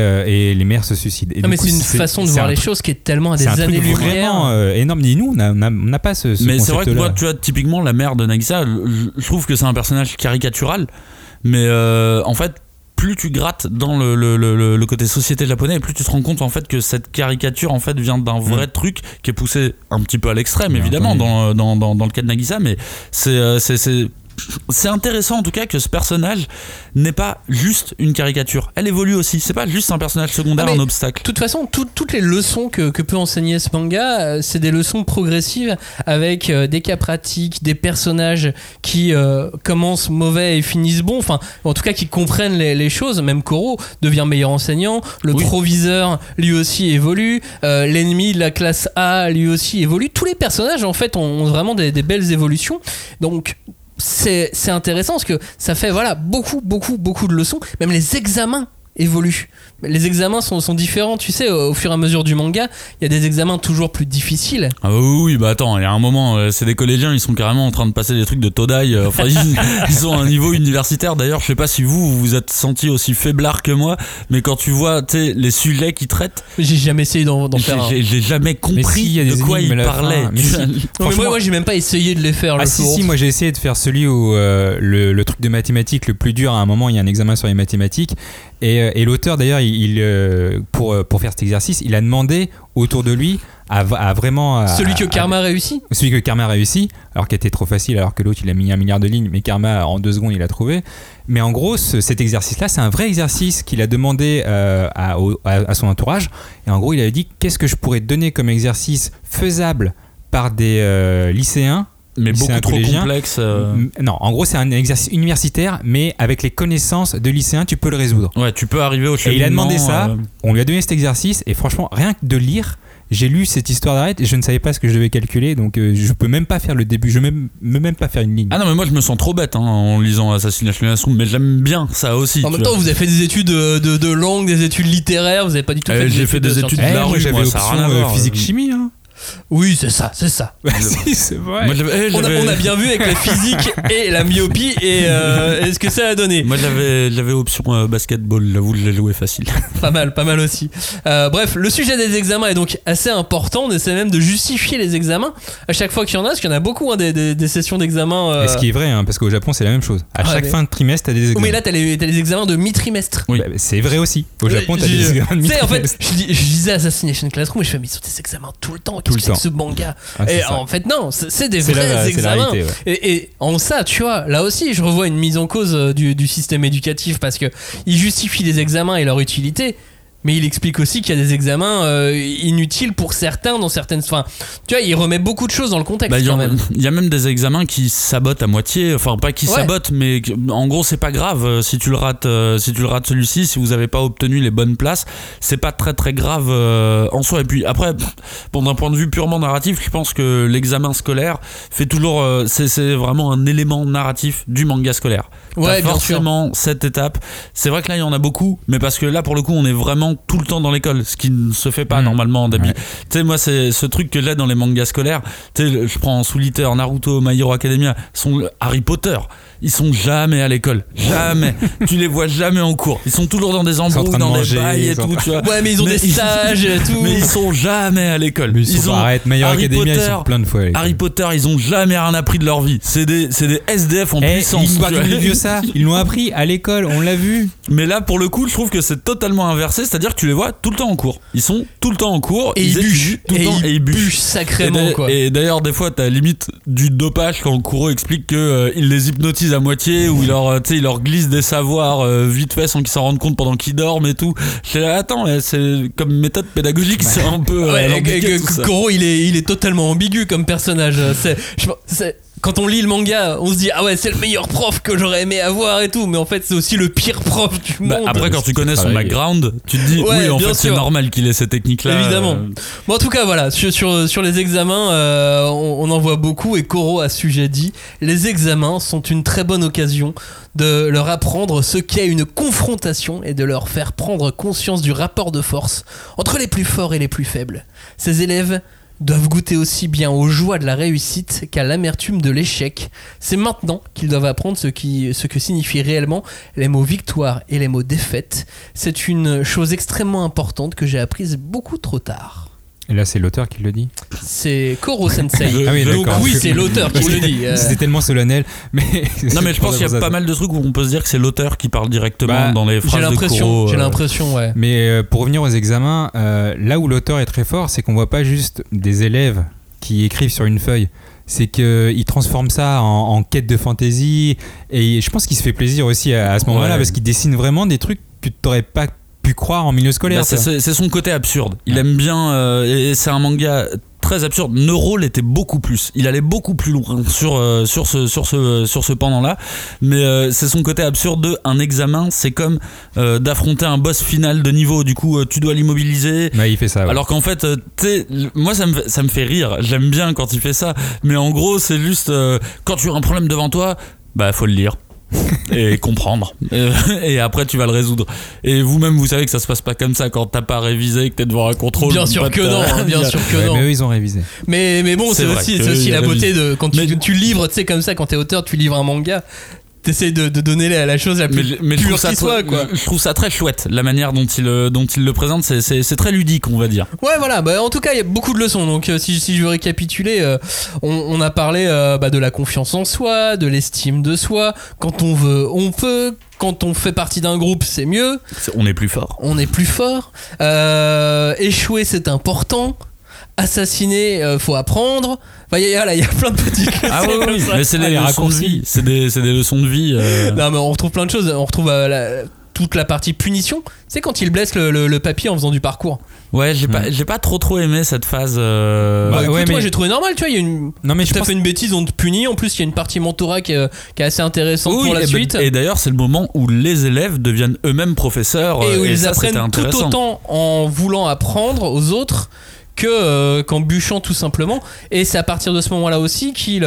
et les mères se suicident. Et non, mais coup, c'est une façon de voir les choses qui est tellement à des années-lumière. C'est vraiment énorme. Et nous, on n'a pas ce mais concept-là. C'est vrai que moi, tu vois, typiquement, la mère de Nagisa, je trouve que c'est un personnage caricatural, mais en fait, plus tu grattes dans le côté société japonais, et plus tu te rends compte en fait que cette caricature en fait vient d'un vrai truc qui est poussé un petit peu à l'extrême, évidemment, dans le cas de Nagisa, mais c'est c'est intéressant en tout cas que ce personnage n'est pas juste une caricature. Elle évolue aussi. C'est pas juste un personnage secondaire, un obstacle. De toute façon, toutes les leçons que peut enseigner ce manga, c'est des leçons progressives avec des cas pratiques, des personnages qui commencent mauvais et finissent bons. Enfin, en tout cas, qui comprennent les choses. Même Koro devient meilleur enseignant. Le proviseur, lui aussi, évolue. L'ennemi de la classe A, lui aussi, évolue. Tous les personnages, en fait, ont vraiment des belles évolutions. Donc, c'est intéressant parce que ça fait beaucoup de leçons. Même les examens évoluent. Les examens sont différents, tu sais, au fur et à mesure du manga, il y a des examens toujours plus difficiles. Ah oui, bah attends, il y a un moment, c'est des collégiens, ils sont carrément en train de passer des trucs de Todai. Enfin, ils sont à un niveau universitaire. D'ailleurs, je sais pas si vous vous êtes senti aussi faiblard que moi, mais quand tu vois, tu sais, les sujets qu'ils traitent, j'ai jamais essayé d'en faire. J'ai jamais compris de quoi ils parlaient. Mais moi, j'ai même pas essayé de les faire. Si, moi j'ai essayé de faire celui où le truc de mathématiques le plus dur. À un moment, il y a un examen sur les mathématiques. Et l'auteur d'ailleurs, pour faire cet exercice, il a demandé autour de lui à vraiment... Celui que Karma a réussi. Celui que Karma a réussi, alors qu'il était trop facile, alors que l'autre il a mis 1 milliard de lignes, mais Karma en 2 secondes il a trouvé. Mais en gros, cet exercice-là, c'est un vrai exercice qu'il a demandé à son entourage. Et en gros, il avait dit, qu'est-ce que je pourrais donner comme exercice faisable par des lycéens, mais beaucoup trop complexe. Non, en gros, c'est un exercice universitaire, mais avec les connaissances de lycéen, tu peux le résoudre. Ouais, tu peux arriver au cheminement. Et il a demandé ça, on lui a donné cet exercice, et franchement, rien que de lire, j'ai lu cette histoire d'arrête et je ne savais pas ce que je devais calculer, donc je peux même pas faire le début, je peux même pas faire une ligne. Ah non, mais moi je me sens trop bête en lisant Assassination Classroom, mais j'aime bien ça aussi. En même temps, vous avez fait des études de langue, des études littéraires, vous avez pas du tout fait j'ai fait des études de la rue, j'avais option physique-chimie, hein. Oui, c'est ça. Si, c'est vrai. Moi, on a bien vu avec la physique et la myopie et ce que ça a donné. Moi j'avais option basketball, j'avoue, je l'ai joué facile. Pas mal aussi. Bref, le sujet des examens est donc assez important. On essaie même de justifier les examens à chaque fois qu'il y en a, parce qu'il y en a beaucoup, hein, des sessions d'examen. Et ce qui est vrai, hein, parce qu'au Japon c'est la même chose. À chaque fin de trimestre, t'as des examens. Oui, mais là t'as les examens de mi-trimestre. Oui. Bah, c'est vrai aussi. Au Japon, t'as des examens de mi-trimestre. En fait, je disais Assassination Classroom et je fais, mais ils ont des examens tout le temps. Qu'est-ce que c'est que ce manga? Et en fait, non, c'est des vrais examens. Réalité, ouais. Et en ça, tu vois, là aussi, je revois une mise en cause du système éducatif, parce que il justifie les examens et leur utilité. Mais il explique aussi qu'il y a des examens inutiles pour certains dans certaines... Enfin, tu vois, il remet beaucoup de choses dans le contexte quand même. Il y a même des examens qui sabotent à moitié. Enfin, pas qui sabotent, mais en gros, c'est pas grave. Si tu le rates celui-ci, si vous avez pas obtenu les bonnes places, c'est pas très très grave en soi. Et puis après, bon, d'un point de vue purement narratif, je pense que l'examen scolaire fait toujours... c'est vraiment un élément narratif du manga scolaire. Ouais, bien forcément sûr. Cette étape. C'est vrai que là, il y en a beaucoup, mais parce que là, pour le coup, on est vraiment tout le temps dans l'école, ce qui ne se fait pas normalement en début. Ouais. Tu sais, moi, c'est ce truc que j'ai dans les mangas scolaires. Tu sais, je prends Soul Eater, Naruto, My Hero Academia, sont Harry Potter. Ils sont jamais à l'école, jamais. Tu les vois jamais en cours. Ils sont toujours dans des embrouilles, dans des bails et tout, tu vois. Ouais, mais ils ont des stages et tout. Mais ils sont jamais à l'école. Arrête, My Hero Academia, ils sont plein de fois à l'école. Harry Potter, ils ont jamais rien appris de leur vie. C'est des SDF en puissance. Ils l'ont appris à l'école, on l'a vu. Mais là, pour le coup, je trouve que c'est totalement inversé. C'est-à-dire que tu les vois tout le temps en cours. Ils sont tout le temps en cours. Et ils bûchent tout le temps et ils bûchent sacrément, quoi. Et d'ailleurs, des fois, t'as limite du dopage quand Kuro explique que il les hypnotise à moitié, ou il leur glisse des savoirs vite fait sans qu'ils s'en rendent compte pendant qu'ils dorment et tout. Je dis, attends, c'est comme méthode pédagogique, c'est un peu. Kuro, il est totalement ambigu comme personnage. Quand on lit le manga, on se dit ah ouais, c'est le meilleur prof que j'aurais aimé avoir et tout, mais en fait c'est aussi le pire prof du monde. Après, quand tu connais son background, tu te dis oui, en fait c'est normal qu'il ait ces techniques-là. Évidemment. Bon, en tout cas, voilà, sur les examens, on en voit beaucoup, et Koro a ce sujet dit, les examens sont une très bonne occasion de leur apprendre ce qu'est une confrontation et de leur faire prendre conscience du rapport de force entre les plus forts et les plus faibles. Ces élèves doivent goûter aussi bien aux joies de la réussite qu'à l'amertume de l'échec. C'est maintenant qu'ils doivent apprendre ce que signifient réellement les mots victoire et les mots défaite. C'est une chose extrêmement importante que j'ai apprise beaucoup trop tard. Et là, c'est l'auteur qui le dit. C'est Koro Sensei. Ah oui, donc oui, c'est l'auteur qui le dit. C'était tellement solennel. Mais non, mais je pense qu'il y a pas mal de trucs où on peut se dire que c'est l'auteur qui parle directement dans les phrases de Koro. J'ai l'impression, ouais. Mais pour revenir aux examens, là où l'auteur est très fort, c'est qu'on voit pas juste des élèves qui écrivent sur une feuille. c'est qu'il transforme ça en quête de fantasy, et je pense qu'il se fait plaisir aussi à ce moment-là, parce qu'il dessine vraiment des trucs que tu n'aurais pas pu croire en milieu scolaire. C'est son côté absurde. Il aime bien, et c'est un manga très absurde. Neural était beaucoup plus. Il allait beaucoup plus loin sur ce pendant-là. Mais c'est son côté absurde de un examen. C'est comme d'affronter un boss final de niveau. Du coup, tu dois l'immobiliser. Ouais, il fait ça. Ouais. Alors qu'en fait, moi, ça me fait rire. J'aime bien quand il fait ça. Mais en gros, c'est juste quand tu as un problème devant toi, bah, faut le lire. Et comprendre et après tu vas le résoudre, et vous-même vous savez que ça se passe pas comme ça quand t'as pas révisé, que t'es devant un contrôle. Bien sûr que non, bien sûr que non. Mais eux ils ont révisé. Mais bon, c'est aussi la beauté de quand tu livres, tu sais, comme ça, quand t'es auteur, tu livres un manga, t'essayes de donner la chose la plus pure qui soit, quoi. Je trouve ça très chouette la manière dont il le présente. C'est très ludique, on va dire. Ouais, voilà. Bah, en tout cas, il y a beaucoup de leçons. Donc, si je veux récapituler, on a parlé de la confiance en soi, de l'estime de soi. Quand on veut, on peut. Quand on fait partie d'un groupe, c'est mieux. On est plus fort. Échouer, c'est important. Assassiner, faut apprendre. Enfin, il y a plein de petits trucs. Ah oui, mais c'est des leçons de vie. C'est des leçons de vie. Non, mais on retrouve plein de choses. On retrouve toute la partie punition. C'est quand il blesse le papier en faisant du parcours. Ouais, j'ai pas trop aimé cette phase. Écoute, moi j'ai trouvé normal, tu vois. Il y a une. Non, mais t'as fait une bêtise, on te punit. En plus, il y a une partie mentorat qui est assez intéressante pour la suite. Et d'ailleurs, c'est le moment où les élèves deviennent eux-mêmes professeurs. Et où ils ça, apprennent tout autant en voulant apprendre aux autres qu'en bûchant, tout simplement. Et c'est à partir de ce moment-là aussi qu'il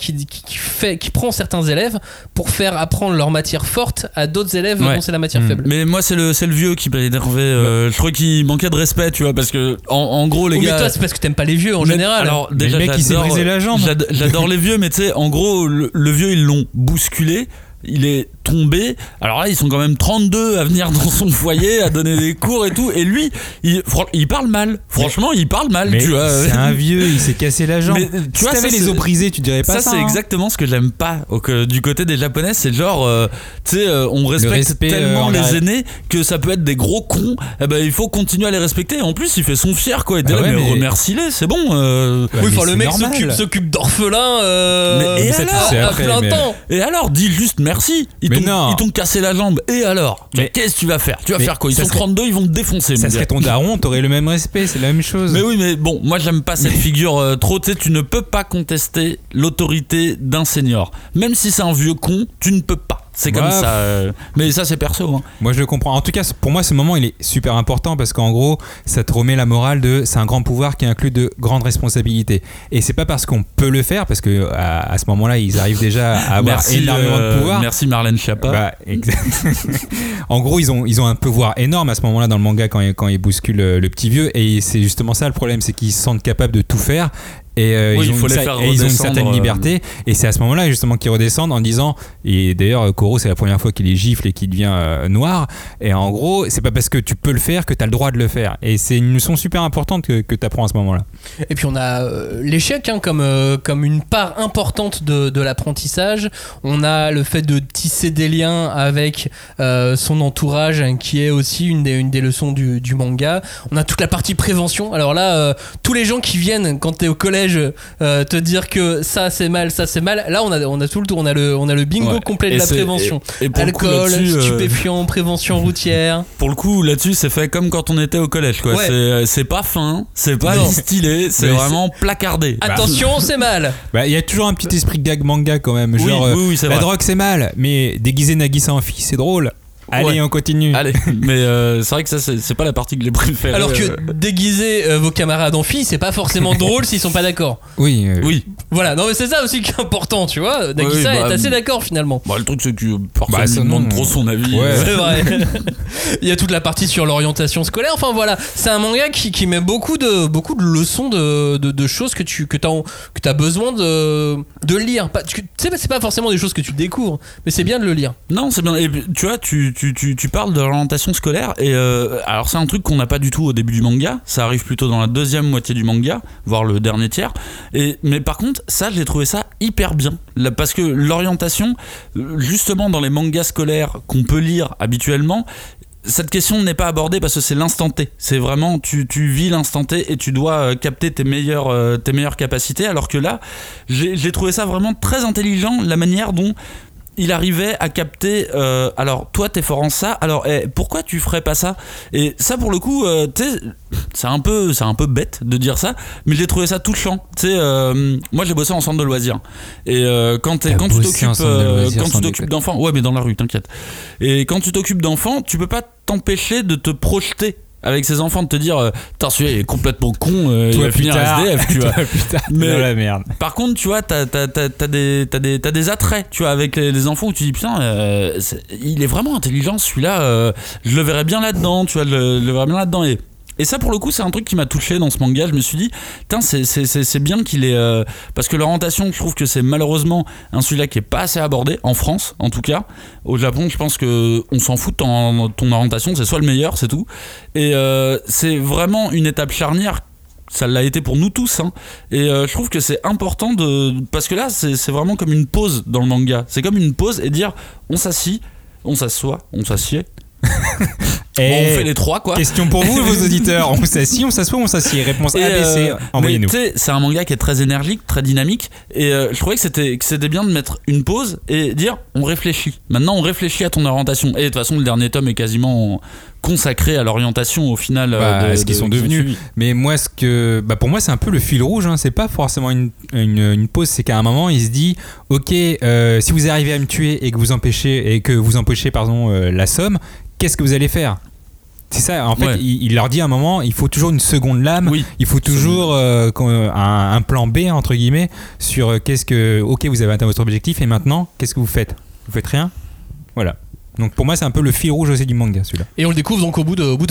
prend certains élèves pour faire apprendre leur matière forte à d'autres élèves dont c'est la matière faible. Mais moi c'est le vieux qui m'a énervé. Je crois qu'il manquait de respect, tu vois, parce que en gros les gars. Mais toi c'est parce que t'aimes pas les vieux en général. Alors déjà, le mec qui s'est brisé la jambe. J'adore les vieux, mais tu sais, en gros le vieux ils l'ont bousculé. Il est tombé. Alors là, ils sont quand même 32 à venir dans son foyer, à donner des cours et tout. Et lui, il parle mal. Franchement, il parle mal. Mais tu vois. C'est un vieux, il s'est cassé la jambe. Mais, tu vois, si t'avais les os brisés, tu dirais pas ça. Ça, c'est exactement ce que j'aime pas du côté des Japonais. C'est genre, tu sais, on respecte tellement les aînés que ça peut être des gros cons. Eh ben, il faut continuer à les respecter. En plus, il fait son fier, quoi. Mais remercie-les, c'est bon. Oui, enfin, le mec s'occupe d'orphelins à plein temps. Et alors, dis juste merci. Ils t'ont cassé la jambe. Et alors, qu'est-ce que tu vas faire? Tu vas faire quoi? Ils sont 32, ils vont te défoncer. Ça serait ton daron, t'aurais le même respect, c'est la même chose. Mais oui, mais bon, moi j'aime pas cette figure trop. Tu sais, tu ne peux pas contester l'autorité d'un senior. Même si c'est un vieux con, tu ne peux pas. C'est comme ça. Mais ça, c'est perso. Hein. Moi, je le comprends. En tout cas, pour moi, ce moment, il est super important parce qu'en gros, ça te remet la morale de c'est un grand pouvoir qui inclut de grandes responsabilités. Et c'est pas parce qu'on peut le faire, parce que à ce moment-là, ils arrivent déjà à avoir énormément de pouvoir. Merci Marlène Schiappa. En gros, ils ont un pouvoir énorme à ce moment-là dans le manga quand ils bousculent le petit vieux. Et c'est justement ça le problème, c'est qu'ils se sentent capables de tout faire. Et ils ont une certaine liberté, et c'est à ce moment-là justement qu'ils redescendent en disant, et d'ailleurs Koro c'est la première fois qu'il les gifle et qu'il devient noir, et en gros c'est pas parce que tu peux le faire que tu as le droit de le faire, et c'est une leçon super importante que tu apprends à ce moment-là. Et puis on a l'échec comme une part importante de l'apprentissage. On a le fait de tisser des liens avec son entourage, qui est aussi une des leçons du manga. On a toute la partie prévention. Alors là, tous les gens qui viennent quand t'es au collège te dire que ça c'est mal, là on a tout le tour, on a le bingo complet de la prévention. Et alcool, stupéfiants, prévention routière. Pour le coup là-dessus c'est fait comme quand on était au collège, quoi. C'est pas fin, c'est pas distillé, c'est vraiment placardé. Attention, c'est mal. Il y a toujours un petit esprit gag manga quand même, genre la drogue c'est mal, mais déguiser Nagisa en fille c'est drôle. Allez, on continue. Allez, mais c'est vrai que ça, c'est pas la partie que j'ai préférée. Alors que déguiser vos camarades en filles, c'est pas forcément drôle s'ils sont pas d'accord. Oui. Voilà, non mais c'est ça aussi qui est important, tu vois. Nagisa est assez d'accord finalement. Le truc c'est que personne ne demande trop son avis. Ouais. C'est vrai. Il y a toute la partie sur l'orientation scolaire. Enfin voilà, c'est un manga qui met beaucoup de leçons de choses que t'as besoin de lire. C'est pas forcément des choses que tu découvres, mais c'est bien de le lire. Non, c'est bien. Et tu vois, tu parles de l'orientation scolaire, et alors c'est un truc qu'on n'a pas du tout au début du manga, ça arrive plutôt dans la deuxième moitié du manga, voire le dernier tiers, mais par contre ça j'ai trouvé ça hyper bien, parce que l'orientation justement dans les mangas scolaires qu'on peut lire habituellement, cette question n'est pas abordée parce que c'est l'instant T. C'est vraiment, tu vis l'instant T et tu dois capter tes meilleures capacités. Alors que là, j'ai trouvé ça vraiment très intelligent, la manière dont il arrivait à capter alors toi t'es fort en ça, alors pourquoi tu ferais pas ça, et ça pour le coup c'est un peu bête de dire ça, mais j'ai trouvé ça touchant. Moi j'ai bossé en centre de loisirs et quand tu t'occupes d'enfants, ouais mais dans la rue t'inquiète, et quand tu t'occupes d'enfants tu peux pas t'empêcher de te projeter avec ses enfants, de te dire putain celui-là il est complètement con, il va finir SDF, tu vois. Mais dans la merde. Par contre tu vois t'as des attraits, tu vois, avec les enfants où tu dis putain il est vraiment intelligent celui-là, je le verrais bien là-dedans, tu vois, je le verrais bien là-dedans. Et ça pour le coup c'est un truc qui m'a touché dans ce manga. Je me suis dit putain c'est bien qu'il ait parce que l'orientation, je trouve que c'est malheureusement un sujet qui est pas assez abordé en France, en tout cas. Au Japon je pense que on s'en fout de ton orientation, c'est soit le meilleur, c'est tout. Et c'est vraiment une étape charnière, ça l'a été pour nous tous, hein. Et je trouve que c'est important parce que là c'est vraiment comme une pause dans le manga, c'est comme une pause et dire on s'assit, on s'assoit, on s'assied. On fait les trois quoi. Question pour vous vos auditeurs, on s'assit, on s'assoit, on s'assied. Réponse A, B, C, envoyez-nous. C'est un manga qui est très énergique, très dynamique, et je trouvais que c'était bien de mettre une pause et dire on réfléchit. Maintenant on réfléchit à ton orientation. Et de toute façon le dernier tome est quasiment consacré à l'orientation au final ce qu'ils sont devenus. Mais moi pour moi c'est un peu le fil rouge, hein. C'est pas forcément une pause, c'est qu'à un moment il se dit ok, si vous arrivez à me tuer et que vous empêchez la somme, qu'est-ce que vous allez faire? C'est ça, en fait, ouais. Il leur dit à un moment, il faut toujours une seconde lame, oui, il faut toujours un plan B, entre guillemets, sur ok, vous avez atteint votre objectif, et maintenant, qu'est-ce que vous faites? Vous faites rien? Voilà. Donc pour moi, c'est un peu le fil rouge aussi du manga, celui-là. Et on le découvre donc au bout de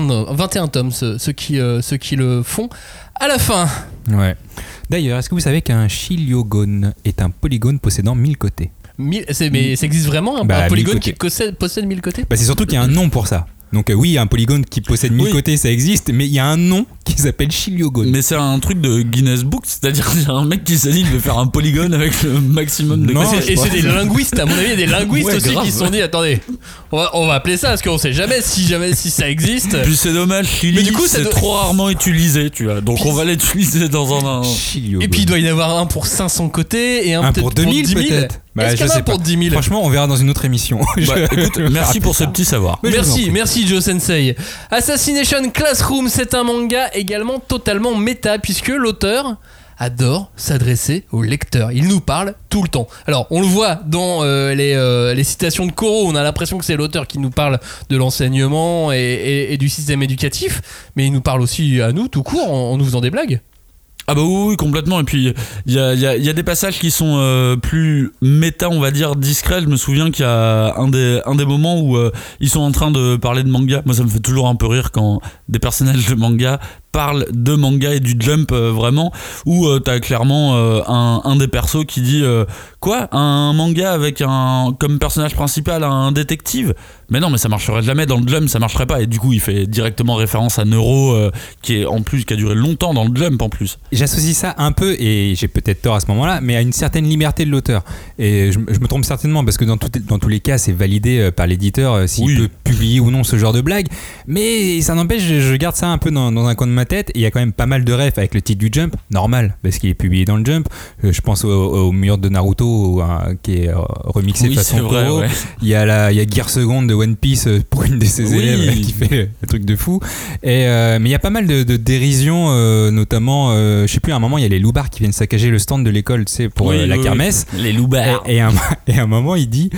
21 tomes, ceux qui le font à la fin. Ouais. D'ailleurs, est-ce que vous savez qu'un chiliogone est un polygone possédant 1000 côtés? Mais ça existe vraiment, un polygone qui possède 1000 côtés? C'est surtout qu'il y a un nom pour ça. Donc oui, un polygone qui possède 1000 côtés, ça existe, mais il y a un nom qui s'appelle chiliogone. Mais c'est un truc de Guinness Book, c'est-à-dire qu'il y a un mec qui s'est dit de faire un polygone avec le maximum de côtés. Et c'est des linguistes, à mon avis, il y a des linguistes aussi qui se sont dit attendez, on va appeler ça parce qu'on sait jamais si ça existe. Puis c'est dommage, Chili, mais du coup, c'est trop rarement utilisé, tu vois. Donc on va l'utiliser dans un chiliogone. Et puis il doit y en avoir un pour 500 côtés et un peut-être pour 2000 peut-être. Est-ce qu'il y en a pour 10 000? Franchement, on verra dans une autre émission. Écoute, merci pour ce petit savoir. Merci Joe Sensei. Assassination Classroom, c'est un manga également totalement méta puisque l'auteur adore s'adresser au lecteur. Il nous parle tout le temps. Alors, on le voit dans les citations de Koro, on a l'impression que c'est l'auteur qui nous parle de l'enseignement et du système éducatif, mais il nous parle aussi à nous tout court en nous faisant des blagues. Ah bah oui, complètement. Et puis il y a des passages qui sont plus méta, on va dire, discrets. Je me souviens qu'il y a un des moments où ils sont en train de parler de manga. Moi ça me fait toujours un peu rire quand des personnages de manga parle de manga et du jump vraiment, où t'as clairement un des persos qui dit quoi, un manga avec comme personnage principal un détective, mais non, mais ça marcherait jamais dans le jump, ça marcherait pas. Et du coup il fait directement référence à Neuro qui a duré longtemps dans le jump en plus. J'associe ça un peu, et j'ai peut-être tort à ce moment-là, mais à une certaine liberté de l'auteur, et je me trompe certainement parce que dans tous les cas c'est validé par l'éditeur s'il peut publier ou non ce genre de blague, mais ça n'empêche, je garde ça un peu dans un coin de ma tête. Et il y a quand même pas mal de refs avec le titre du Jump, normal, parce qu'il est publié dans le Jump. Je pense au mur de Naruto qui est remixé de façon Koro. Ouais. Il y a Gear Second de One Piece pour une de ses élèves qui fait le truc de fou. Mais il y a pas mal de dérision, notamment, je sais plus, à un moment il y a les loupards qui viennent saccager le stand de l'école, tu sais, pour la kermesse. Les loupards. Et à un moment il dit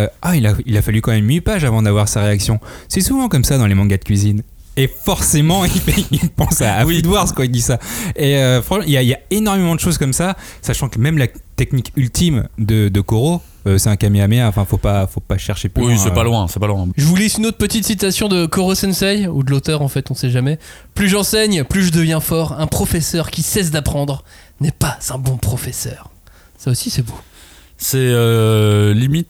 il a fallu quand même 8 pages avant d'avoir sa réaction. C'est souvent comme ça dans les mangas de cuisine. Et forcément, il pense à Food Wars quand il dit ça. Et franchement, il y a énormément de choses comme ça, sachant que même la technique ultime de Koro, c'est un Kamehameha. Enfin, faut pas chercher plus loin. Oui, c'est pas loin. Je vous lis une autre petite citation de Koro Sensei, ou de l'auteur en fait, on sait jamais. Plus j'enseigne, plus je deviens fort. Un professeur qui cesse d'apprendre n'est pas un bon professeur. Ça aussi, c'est beau. C'est limite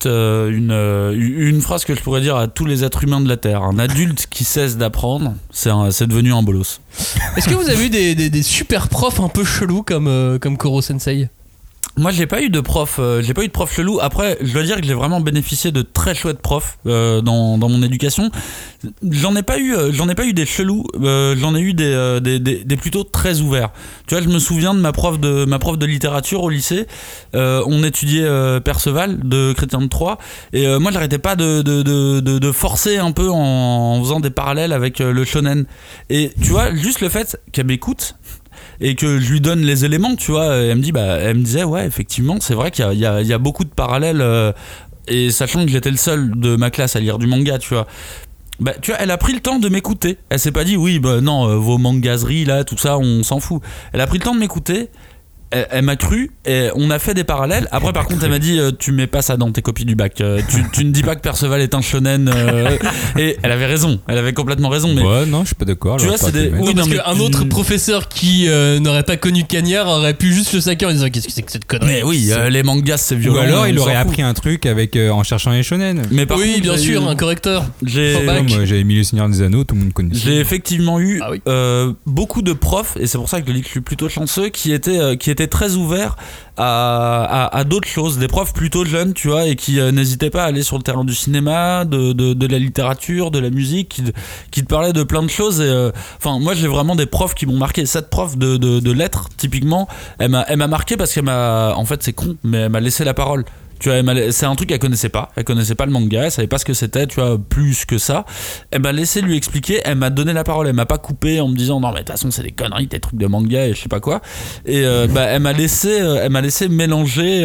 une phrase que je pourrais dire à tous les êtres humains de la Terre. Un adulte qui cesse d'apprendre, c'est devenu un bolos. Est-ce que vous avez eu des super profs un peu chelous comme Koro Sensei? Moi, j'ai pas eu de prof chelou. Après, je dois dire que j'ai vraiment bénéficié de très chouettes profs dans mon éducation. J'en ai pas eu des chelous. J'en ai eu des plutôt très ouverts. Tu vois, je me souviens de ma prof de littérature au lycée. On étudiait Perceval de Chrétien de Troyes, et moi, j'arrêtais pas de forcer un peu en faisant des parallèles avec le shonen. Et tu vois, juste le fait qu'elle m'écoute et que je lui donne les éléments, tu vois, elle me disait ouais, effectivement, c'est vrai qu'il y a beaucoup de parallèles, et sachant que j'étais le seul de ma classe à lire du manga, tu vois. Bah, tu vois, elle a pris le temps de m'écouter. Elle s'est pas dit oui, bah non, vos mangaseries là, tout ça, on s'en fout. Elle a pris le temps de m'écouter. Elle m'a cru et on a fait des parallèles. Après, par contre, elle m'a dit tu mets pas ça dans tes copies du bac. Tu ne dis pas que Perceval est un shonen. Et elle avait raison. Elle avait complètement raison. Mais ouais, non, je suis pas d'accord. Tu vois, c'est des. Oui, parce qu'un autre professeur qui n'aurait pas connu Cagnard aurait pu juste le saquer en disant qu'est-ce que c'est que cette connerie. Mais oui, les mangas c'est violent. Ou alors il aurait appris un truc avec en cherchant les shonen. Mais par oui, contre, bien sûr, un correcteur. Moi, j'avais mis le Seigneur des Anneaux, tout le monde connaît. J'ai effectivement eu beaucoup de profs, et c'est pour ça que je dis que je suis plutôt chanceux, qui étaient très ouverts à d'autres choses, des profs plutôt jeunes, tu vois, et qui n'hésitaient pas à aller sur le terrain du cinéma, de la littérature, de la musique, qui te parlaient de plein de choses. Et enfin, moi j'ai vraiment des profs qui m'ont marqué. Cette prof de lettres, typiquement, elle m'a marqué parce qu'elle m'a, en fait c'est con, mais elle m'a laissé la parole. Tu vois, c'est un truc qu'elle connaissait pas. Elle connaissait pas le manga, elle savait pas ce que c'était, tu vois, plus que ça. Elle m'a laissé lui expliquer, elle m'a donné la parole, elle m'a pas coupé en me disant non mais de toute façon c'est des conneries, tes trucs de manga et je sais pas quoi. Et elle m'a laissé mélanger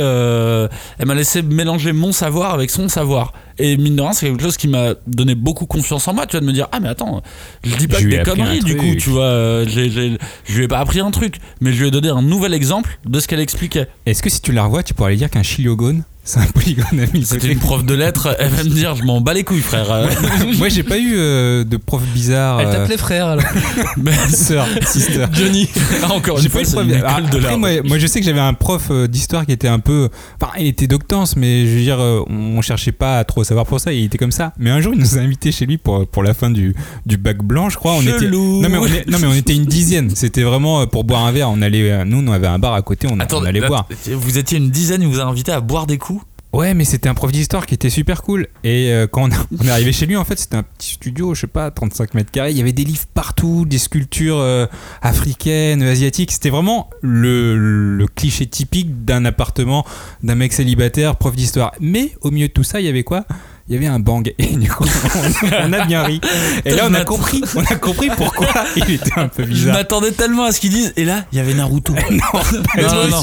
mon savoir avec son savoir. Et mine de rien, c'est quelque chose qui m'a donné beaucoup confiance en moi, tu vois, de me dire ah mais attends, je dis pas que des conneries du coup, tu vois, je lui ai pas appris un truc, mais je lui ai donné un nouvel exemple de ce qu'elle expliquait. Est-ce que si tu la revois, tu pourrais lui dire qu'un chiliogone c'est un polygone à 1000 C'était une prof de lettres, elle va me dire je m'en bats les couilles frère. Moi j'ai pas eu de prof bizarre. Elle t'appelait frère alors. Sœur, sister. Johnny. Encore j'ai une pas fois, eu de prof. de l'art. Moi je sais que j'avais un prof d'histoire qui était un peu, enfin il était doctance, mais je veux dire on cherchait pas à trop savoir pour ça, il était comme ça. Mais un jour il nous a invités chez lui pour la fin du bac blanc, je crois. Chelou. On était une dizaine. C'était vraiment pour boire un verre. On avait un bar à côté, on allait boire. Vous étiez une dizaine, il vous a invité à boire des coups. Ouais, mais c'était un prof d'histoire qui était super cool. Et quand on est arrivé chez lui, en fait, c'était un petit studio, je sais pas, 35 mètres carrés. Il y avait des livres partout, des sculptures africaines, asiatiques. C'était vraiment le cliché typique d'un appartement d'un mec célibataire, prof d'histoire. Mais au milieu de tout ça, il y avait quoi ? Il y avait un bang et du coup on a bien ri. Et là on a compris pourquoi il était un peu bizarre. Je m'attendais tellement à ce qu'ils disent. Et là il y avait Naruto. Non,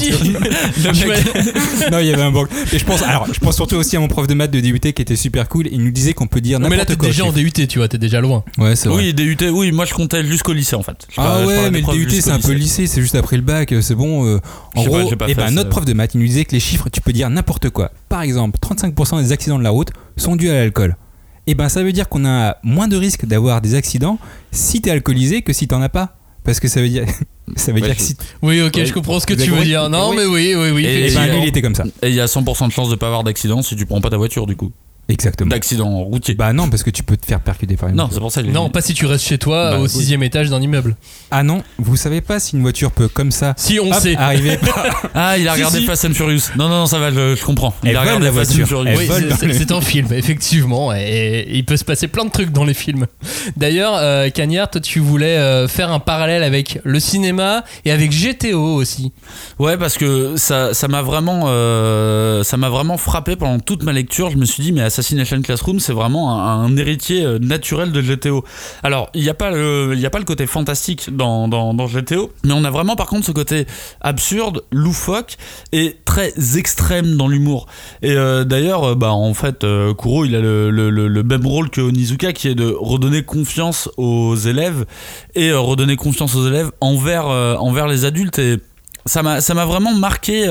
il y avait un bang. Et je pense surtout aussi à mon prof de maths de DUT qui était super cool. Il nous disait qu'on peut dire n'importe quoi. Mais là t'es déjà en DUT, tu vois, t'es déjà loin. Ouais, c'est vrai. Oui, DUT, oui, moi je comptais jusqu'au lycée en fait. Mais le DUT c'est un peu lycée, c'est juste après le bac, c'est bon. En gros, notre prof de maths il nous disait que les chiffres tu peux dire n'importe quoi. Par exemple, 35% des accidents de la route sont dus à l'alcool. Et ben ça veut dire qu'on a moins de risques d'avoir des accidents si t'es alcoolisé que si t'en as pas. Parce que ça veut dire que si. Oui, ok, je comprends ce que tu veux dire. Non, mais oui. Et ben lui il était comme ça. Et il y a 100% de chance de pas avoir d'accident si tu prends pas ta voiture du coup. Exactement. D'accident routier. Bah non, parce que tu peux te faire percuter par une voiture. Non, c'est pour ça. Non, pas si tu restes chez toi au 6ème étage d'un immeuble. Ah non, vous savez pas si une voiture peut comme ça. Si on sait. Arriver. Ah, il a regardé Fast and Furious. Non, ça va, je comprends. Il a regardé Fast and Furious. Oui, c'est un film, effectivement, et il peut se passer plein de trucs dans les films. D'ailleurs, Cagnard, toi, tu voulais faire un parallèle avec le cinéma et avec GTO aussi. Ouais, parce que ça m'a vraiment frappé pendant toute ma lecture. Je me suis dit, mais Assassination Classroom, c'est vraiment un héritier naturel de GTO. Alors, il n'y a pas le côté fantastique dans GTO, mais on a vraiment par contre ce côté absurde, loufoque et très extrême dans l'humour. Et d'ailleurs, en fait, Kuro, il a le même rôle que Onizuka, qui est de redonner confiance aux élèves et redonner confiance aux élèves envers les adultes. Et ça m'a vraiment marqué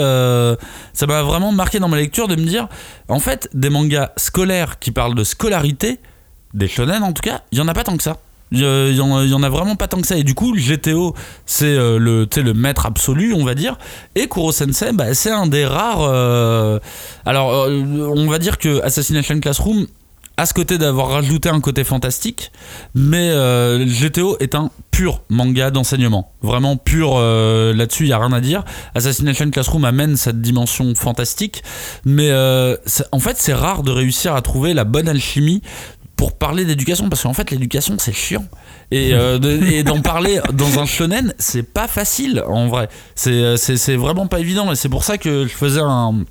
dans ma lecture de me dire en fait des mangas scolaires qui parlent de scolarité, des shonen en tout cas, il y en a pas tant que ça. Il y en a vraiment pas tant que ça. Et du coup le GTO c'est le maître absolu on va dire, et Kuro Sensei c'est un des rares on va dire que Assassination Classroom à ce côté d'avoir rajouté un côté fantastique, mais GTO est un pur manga d'enseignement, vraiment pur. Là-dessus, il y a rien à dire. Assassination Classroom amène cette dimension fantastique, mais en fait, c'est rare de réussir à trouver la bonne alchimie pour parler d'éducation, parce qu'en fait, l'éducation, c'est chiant. Et d'en parler dans un shonen, c'est pas facile en vrai. C'est vraiment pas évident, et c'est pour ça que je faisais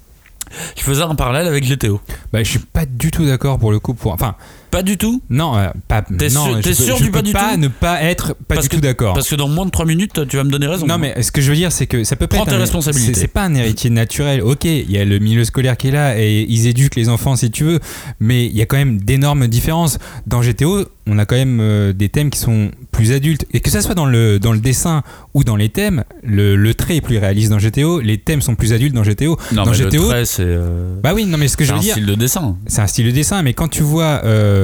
un parallèle avec GTO. Bah, je suis pas du tout d'accord pour le coup. Pas du tout ? Non, pas. T'es sûr du pas du tout ? Je peux pas ne pas être du tout d'accord. Parce que dans moins de 3 minutes, tu vas me donner raison. Non, mais ce que je veux dire, c'est que ça peut pas Prends être. tes responsabilités. C'est pas un héritier naturel. Ok, il y a le milieu scolaire qui est là et ils éduquent les enfants si tu veux, mais il y a quand même d'énormes différences. Dans GTO, on a quand même des thèmes qui sont plus adultes. Et que ça soit dans le dessin ou dans les thèmes, le trait est plus réaliste dans GTO, les thèmes sont plus adultes dans GTO. Non, dans mais GTO, le trait, c'est. Bah oui, non, mais ce que je veux dire. C'est un style de dessin. C'est un style de dessin, mais quand tu vois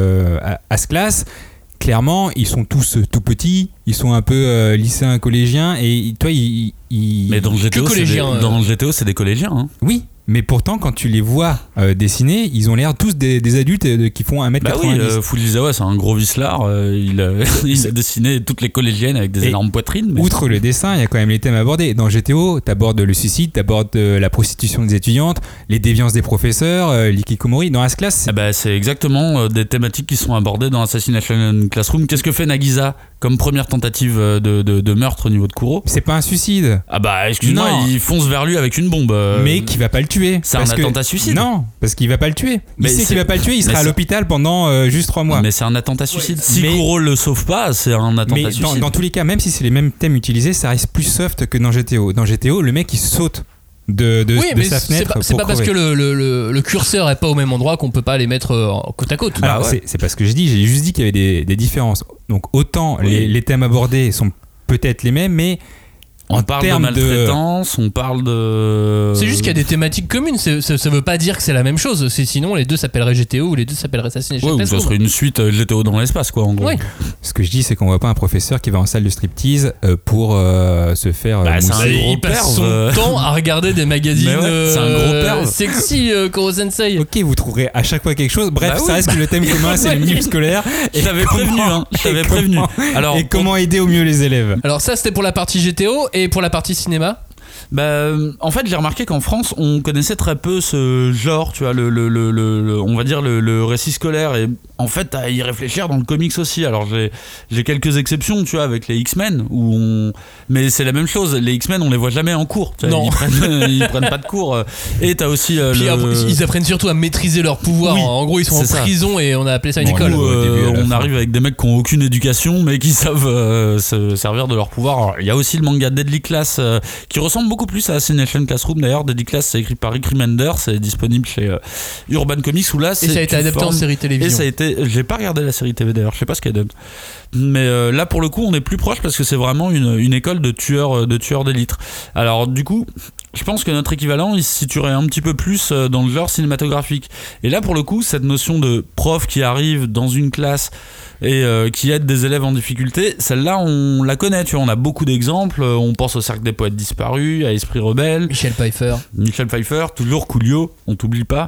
à ce classe, clairement, ils sont tous tout petits, ils sont un peu lycéens, collégiens, et toi, Mais dans GTO, c'est des collégiens. Hein. Oui. Mais pourtant, quand tu les vois dessiner, ils ont l'air tous des adultes qui font 1m90. Bah oui, Fujisawa, c'est un gros vicelard. Il a dessiné toutes les collégiennes avec des énormes poitrines. Mais outre le dessin, il y a quand même les thèmes abordés. Dans GTO, t'abordes le suicide, t'abordes la prostitution des étudiantes, les déviances des professeurs, l'ikikomori. Dans As-Class, c'est exactement des thématiques qui sont abordées dans Assassination Classroom. Qu'est-ce que fait Nagisa comme première tentative de meurtre au niveau de Kuro ? C'est pas un suicide. Ah bah, excuse-moi, il fonce vers lui avec une bombe. Mais qui va pas le tuer. C'est un attentat suicide. Non, parce qu'il va pas le tuer. Il sait qu'il va pas le tuer, il sera à l'hôpital pendant juste 3 mois. Mais c'est un attentat suicide. Si mais Kuro le sauve pas, c'est un attentat suicide. Dans tous les cas, même si c'est les mêmes thèmes utilisés, ça reste plus soft que dans GTO. Dans GTO, le mec il saute de sa fenêtre. C'est pas parce que le curseur est pas au même endroit qu'on peut pas les mettre côte à côte. Alors c'est pas ce que j'ai dit, j'ai juste dit qu'il y avait des différences. Donc autant les thèmes abordés sont peut-être les mêmes, mais on parle de maltraitance, on parle de... C'est juste qu'il y a des thématiques communes, ça veut pas dire que c'est la même chose, sinon les deux s'appelleraient GTO ou les deux s'appelleraient Assassination Classroom. Ça serait une suite GTO dans l'espace, quoi, en gros. Oui. Ce que je dis, c'est qu'on voit pas un professeur qui va en salle de striptease pour se faire il passe son temps à regarder des magazines c'est un gros perve. sexy, Koro-sensei. Ok, vous trouverez à chaque fois quelque chose. Bref, ça reste que le thème commun, c'est le milieu scolaire. Je t'avais prévenu. Alors, comment aider au mieux les élèves. Alors ça, c'était pour la partie GTO. Et pour la partie cinéma ? En fait, j'ai remarqué qu'en France, on connaissait très peu ce genre, tu vois, on va dire le récit scolaire. Et en fait, à y réfléchir dans le comics aussi. Alors, j'ai quelques exceptions, tu vois, avec les X-Men, mais c'est la même chose. Les X-Men, on les voit jamais en cours. Tu vois, non. Ils prennent pas de cours. Et t'as aussi ils apprennent surtout à maîtriser leur pouvoir. Oui, en gros, ils sont en prison et on a appelé ça une école. On arrive avec des mecs qui ont aucune éducation, mais qui savent se servir de leur pouvoir. Il y a aussi le manga Deadly Class qui ressemble beaucoup plus à Assassination Classroom. D'ailleurs, Deadly Class, c'est écrit par Rick Remender, c'est disponible chez Urban Comics. Où là, et ça a été adapté en série télévision. J'ai pas regardé la série TV d'ailleurs, je sais pas ce qu'elle donne. Mais là, pour le coup, on est plus proche parce que c'est vraiment une école de tueurs d'élite. Alors, du coup, je pense que notre équivalent, il se situerait un petit peu plus dans le genre cinématographique. Et là, pour le coup, cette notion de prof qui arrive dans une classe et qui aide des élèves en difficulté, celle-là, on la connaît, tu vois, on a beaucoup d'exemples. On pense au Cercle des Poètes Disparus, à Esprit Rebelle. Michel Pfeiffer, toujours Coolio, on t'oublie pas.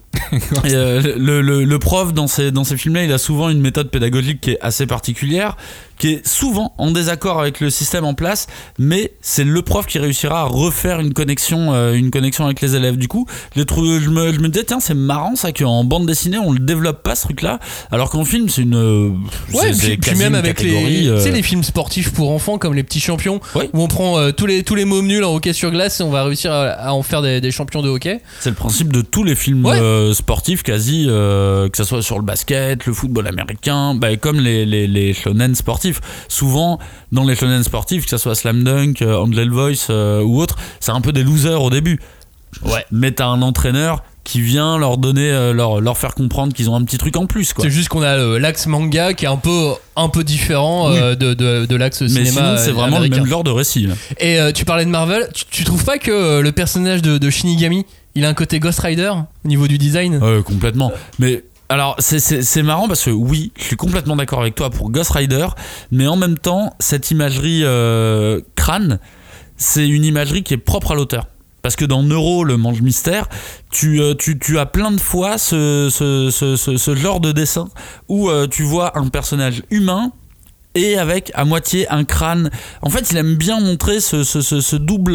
Et le prof dans ces films-là, il a souvent une méthode pédagogique qui est assez particulière, qui est souvent en désaccord avec le système en place, mais c'est le prof qui réussira à refaire une connexion avec les élèves. Du coup, je me disais, tiens, c'est marrant ça qu'en bande dessinée on le développe pas ce truc-là, alors qu'en film c'est une puis même avec les films sportifs pour enfants comme Les Petits Champions, où on prend tous les mômes nuls en hockey sur glace et on va réussir à en faire des champions de hockey. C'est le principe de tous les films sportifs quasi, que ça soit sur le basket, le football américain, comme les shonen sportifs. Souvent dans les shonen sportifs, que ça soit Slam Dunk, Angel Voice ou autre, c'est un peu des losers au début. Mais t'as un entraîneur qui vient leur donner, leur faire comprendre qu'ils ont un petit truc en plus, quoi. C'est juste qu'on a l'axe manga qui est un peu différent de l'axe cinéma. Mais sinon, c'est vraiment américain. le même genre de récit. Et tu parlais de Marvel, tu trouves pas que le personnage de Shinigami, il a un côté Ghost Rider au niveau du design ? Complètement. Mais alors c'est marrant parce que oui, je suis complètement d'accord avec toi pour Ghost Rider, mais en même temps, cette imagerie crâne, c'est une imagerie qui est propre à l'auteur. Parce que dans Neuro, le mange mystère, tu as plein de fois ce genre de dessin où tu vois un personnage humain et avec à moitié un crâne. En fait, il aime bien montrer ce double,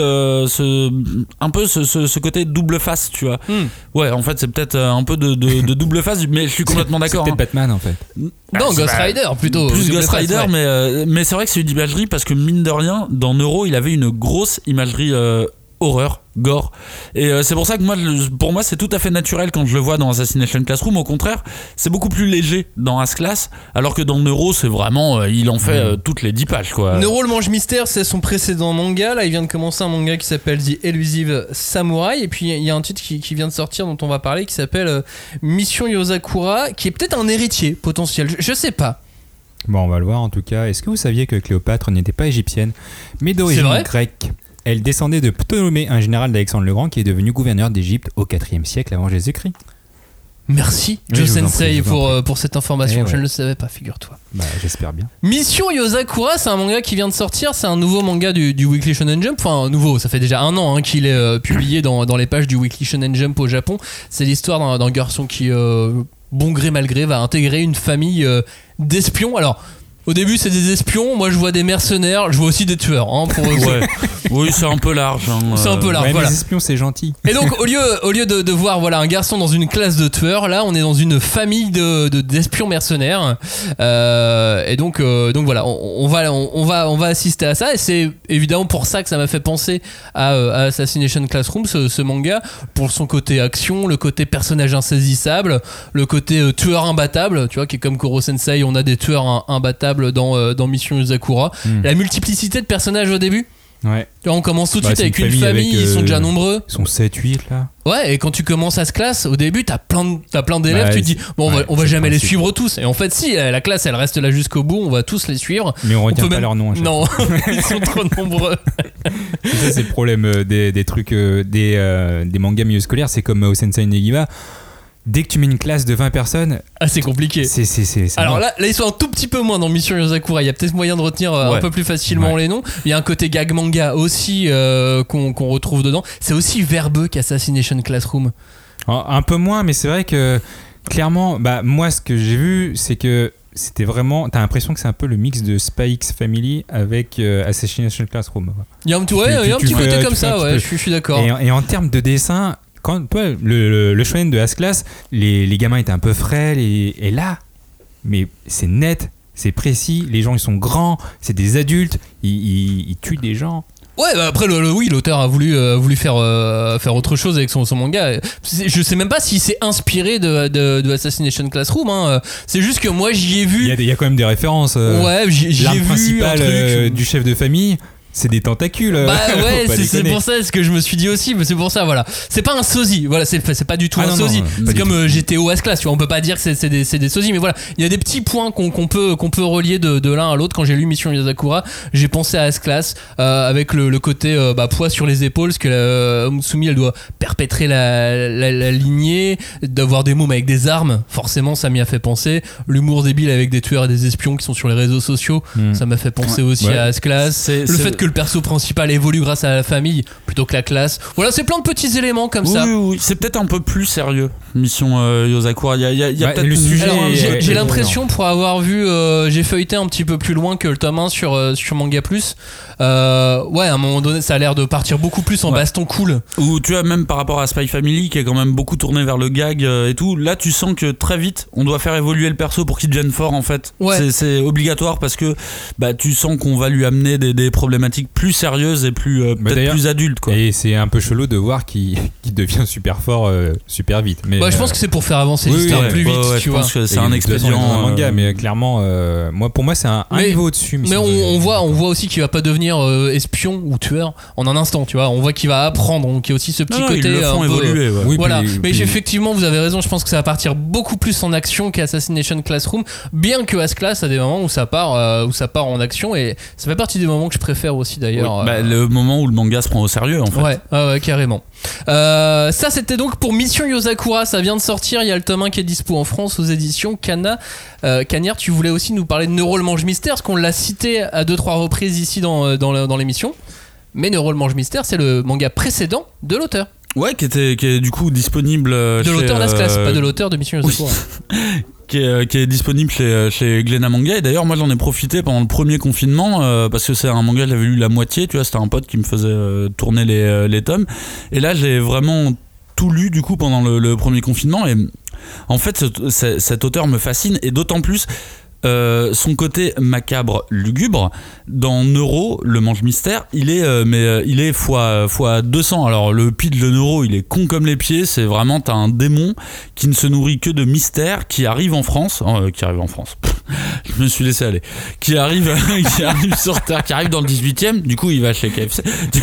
un peu ce côté double face, tu vois. Ouais, en fait, c'est peut-être un peu de double face, mais je suis complètement d'accord. C'est peut-être Batman, en fait. Non, Ghost Rider plutôt. Plus Ghost face, Rider, ouais. mais c'est vrai que c'est une imagerie parce que mine de rien, dans Neuro, il avait une grosse imagerie horreur, gore. Et c'est pour ça que pour moi, c'est tout à fait naturel quand je le vois dans Assassination Classroom. Au contraire, c'est beaucoup plus léger dans As-Class, alors que dans Neuro, c'est vraiment, il en fait toutes les 10 pages, quoi. Neuro le mange mystère, c'est son précédent manga. Là, il vient de commencer un manga qui s'appelle The Elusive Samurai. Et puis, il y a un titre qui vient de sortir dont on va parler qui s'appelle Mission Yozakura, qui est peut-être un héritier potentiel. Je sais pas. Bon, on va le voir en tout cas. Est-ce que vous saviez que Cléopâtre n'était pas égyptienne, mais d'origine grecque? Elle descendait de Ptolémée, un général d'Alexandre le Grand qui est devenu gouverneur d'Égypte au IVe siècle avant Jésus-Christ. Merci, Joe Sensei, pour cette information. Je ne le savais pas, figure-toi. Bah, j'espère bien. Mission Yozakura, c'est un manga qui vient de sortir. C'est un nouveau manga du Weekly Shonen Jump. Enfin, nouveau, ça fait déjà 1 an qu'il est publié dans les pages du Weekly Shonen Jump au Japon. C'est l'histoire d'un garçon qui, bon gré mal gré, va intégrer une famille d'espions. Alors, au début, c'est des espions. Moi, je vois des mercenaires. Je vois aussi des tueurs. Oui, c'est un peu large. C'est un peu large. Ouais, voilà. Les espions, c'est gentil. Et donc, au lieu de voir un garçon dans une classe de tueurs, là, on est dans une famille d'espions mercenaires. Et donc voilà, on va assister à ça. Et c'est évidemment pour ça que ça m'a fait penser à Assassination Classroom, ce manga, pour son côté action, le côté personnage insaisissable, le côté tueur imbattable, tu vois, qui est comme Koro Sensei. On a des tueurs imbattables dans Mission Yozakura. La multiplicité de personnages au début. Ouais. Tu vois, on commence tout de suite avec une famille, ils sont déjà nombreux. Ils sont 7-8 là. Ouais, et quand tu commences à ce classe, au début, t'as plein d'élèves, tu te dis, bon, on va jamais les suivre tous. Et en fait, si, la classe, elle reste là jusqu'au bout, on va tous les suivre. Mais on retient pas leur nom. Non, ils sont trop nombreux. Et ça, c'est le problème des trucs, des mangas milieu scolaires. C'est comme Sensei Negiva. Dès que tu mets une classe de 20 personnes, c'est compliqué. Alors là, ils sont un tout petit peu moins dans Mission Yozakura. Il y a peut-être moyen de retenir un peu plus facilement les noms. Il y a un côté gag manga aussi qu'on retrouve dedans. C'est aussi verbeux qu'Assassination Classroom. Un peu moins, mais c'est vrai que clairement, moi, ce que j'ai vu, c'est que c'était vraiment. T'as l'impression que c'est un peu le mix de Spy X Family avec Assassination Classroom. Il y a un petit côté comme ça, je suis d'accord. Et en termes de dessin. Quand le shonen de As-Class, les gamins étaient un peu frêles et là, mais c'est net, c'est précis, les gens ils sont grands, c'est des adultes, ils tuent des gens. Ouais, après l'auteur a voulu faire autre chose avec son manga. Je sais même pas s'il s'est inspiré de Assassination Classroom. C'est juste que moi j'y ai vu. Il y a quand même des références. Ouais, j'ai vu l'arme principale du chef de famille. C'est des tentacules. Ouais, c'est pour ça ce que je me suis dit aussi. Mais c'est pour ça, voilà. C'est pas un sosie. Voilà, c'est pas du tout un sosie. C'est comme GTO S-Class. Tu vois, on peut pas dire que c'est des sosies, mais voilà, il y a des petits points qu'on peut relier de l'un à l'autre. Quand j'ai lu Mission Yozakura, j'ai pensé à S-Class avec le côté poids sur les épaules, parce que Mutsumi, elle doit perpétrer la lignée, d'avoir des mômes avec des armes. Forcément, ça m'y a fait penser. L'humour débile avec des tueurs et des espions qui sont sur les réseaux sociaux, ça m'a fait penser aussi à S-Class. Le fait que le perso principal évolue grâce à la famille plutôt que la classe. Voilà, c'est plein de petits éléments comme ça. Oui, c'est peut-être un peu plus sérieux, Mission Yozakura. Il y a peut-être le sujet. Alors, j'ai l'impression, pour avoir vu, j'ai feuilleté un petit peu plus loin que le tome 1 sur Manga Plus. À un moment donné, ça a l'air de partir beaucoup plus en baston cool. Ou tu vois, même par rapport à Spy Family, qui est quand même beaucoup tourné vers le gag et tout, là tu sens que très vite, on doit faire évoluer le perso pour qu'il devienne fort en fait. Ouais. C'est obligatoire parce que tu sens qu'on va lui amener des problématiques plus sérieuse et peut-être plus adulte, quoi. Et c'est un peu chelou de voir qu'il devient super fort super vite. Mais je pense que c'est pour faire avancer l'histoire plus vite. Tu vois. Je pense que c'est un expédient manga, mais clairement, pour moi c'est un niveau au-dessus. Mais on voit aussi qu'il va pas devenir espion ou tueur en un instant. Tu vois, on voit qu'il va apprendre. Donc il y a aussi ce petit côté. Ils le font évoluer. Ouais. Oui, voilà. Mais effectivement, vous avez raison. Je pense que ça va partir beaucoup plus en action qu'Assassination Classroom. Bien que As-Class a des moments où ça part en action, et ça fait partie des moments que je préfère aussi d'ailleurs. Le moment où le manga se prend au sérieux en fait. Ouais, carrément. Ça c'était donc pour Mission Yozakura, ça vient de sortir, il y a le tome 1 qui est dispo en France aux éditions Kana. Cagnard, tu voulais aussi nous parler de Neuro le mange mystère, parce qu'on l'a cité à 2-3 reprises ici dans l'émission. Mais Nero le mange-mystère, c'est le manga précédent de l'auteur. Ouais, qui est du coup disponible de l'auteur d'As-Class, pas de l'auteur de Mission Yosakura. Qui est disponible chez Glénat Manga. Et d'ailleurs, moi j'en ai profité pendant le premier confinement parce que c'est un manga, j'avais lu la moitié, tu vois, c'était un pote qui me faisait tourner les tomes. Et là, j'ai vraiment tout lu du coup pendant le premier confinement. Et en fait, cet auteur me fascine, et d'autant plus son côté macabre, lugubre. Dans Nero, le mange-mystère, il est fois 200. Alors le pitch de Nero, il est con comme les pieds. C'est vraiment, t'as un démon qui ne se nourrit que de mystères, qui arrive en France. Je me suis laissé aller. Qui arrive sur Terre, qui arrive dans le 18e. Du coup, il va chez KFC.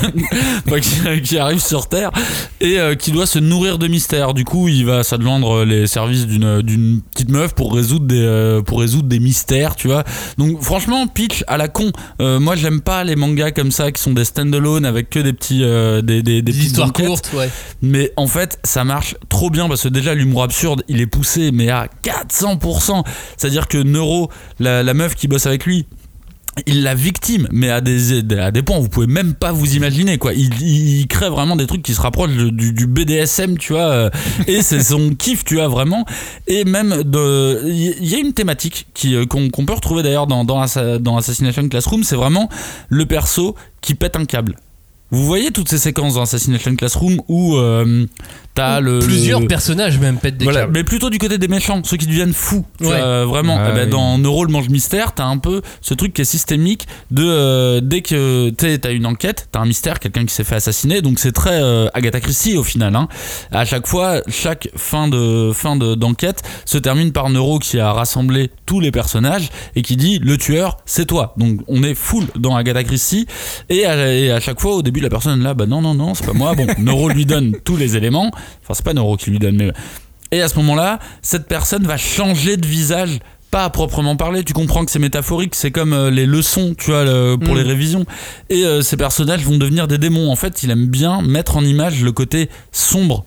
Qui arrive sur Terre et qui doit se nourrir de mystères. Du coup, il va s'adjoindre les services d'une petite meuf pour résoudre des mystères, tu vois. Donc franchement, pitch à la con. Moi, j'aime pas les mangas comme ça qui sont des stand-alone avec que des petits des histoires enquêtes. courtes, ouais. Mais en fait, ça marche trop bien parce que déjà l'humour absurde, il est poussé mais à 400%. C'est-à-dire que Nero, la meuf qui bosse avec lui, il la victime, mais à des points vous pouvez même pas vous imaginer, quoi. Il crée vraiment des trucs qui se rapprochent du BDSM, tu vois, et c'est son kiff, tu vois, vraiment. Et même il y a une thématique qu'on peut retrouver d'ailleurs dans Assassination Classroom, c'est vraiment le perso qui pète un câble. Vous voyez toutes ces séquences dans Assassination Classroom où t'as plusieurs personnages même pètent des câbles. Mais plutôt du côté des méchants, ceux qui deviennent fous. Ouais. Vraiment. Dans Nero le mange-mystère, t'as un peu ce truc qui est systémique de dès que t'as une enquête, t'as un mystère, quelqu'un qui s'est fait assassiner. Donc c'est très Agatha Christie au final. Hein. À chaque fois, chaque fin d'enquête se termine par Nero qui a rassemblé tous les personnages et qui dit le tueur c'est toi. Donc on est full dans Agatha Christie et à chaque fois au début la personne là non c'est pas moi. Bon, Nero lui donne tous les éléments. Enfin, c'est pas Nero qui lui donne, mais. Et à ce moment-là, cette personne va changer de visage, pas à proprement parler. Tu comprends que c'est métaphorique, c'est comme les leçons, tu vois, pour les révisions. Et ces personnages vont devenir des démons. En fait, il aime bien mettre en image le côté sombre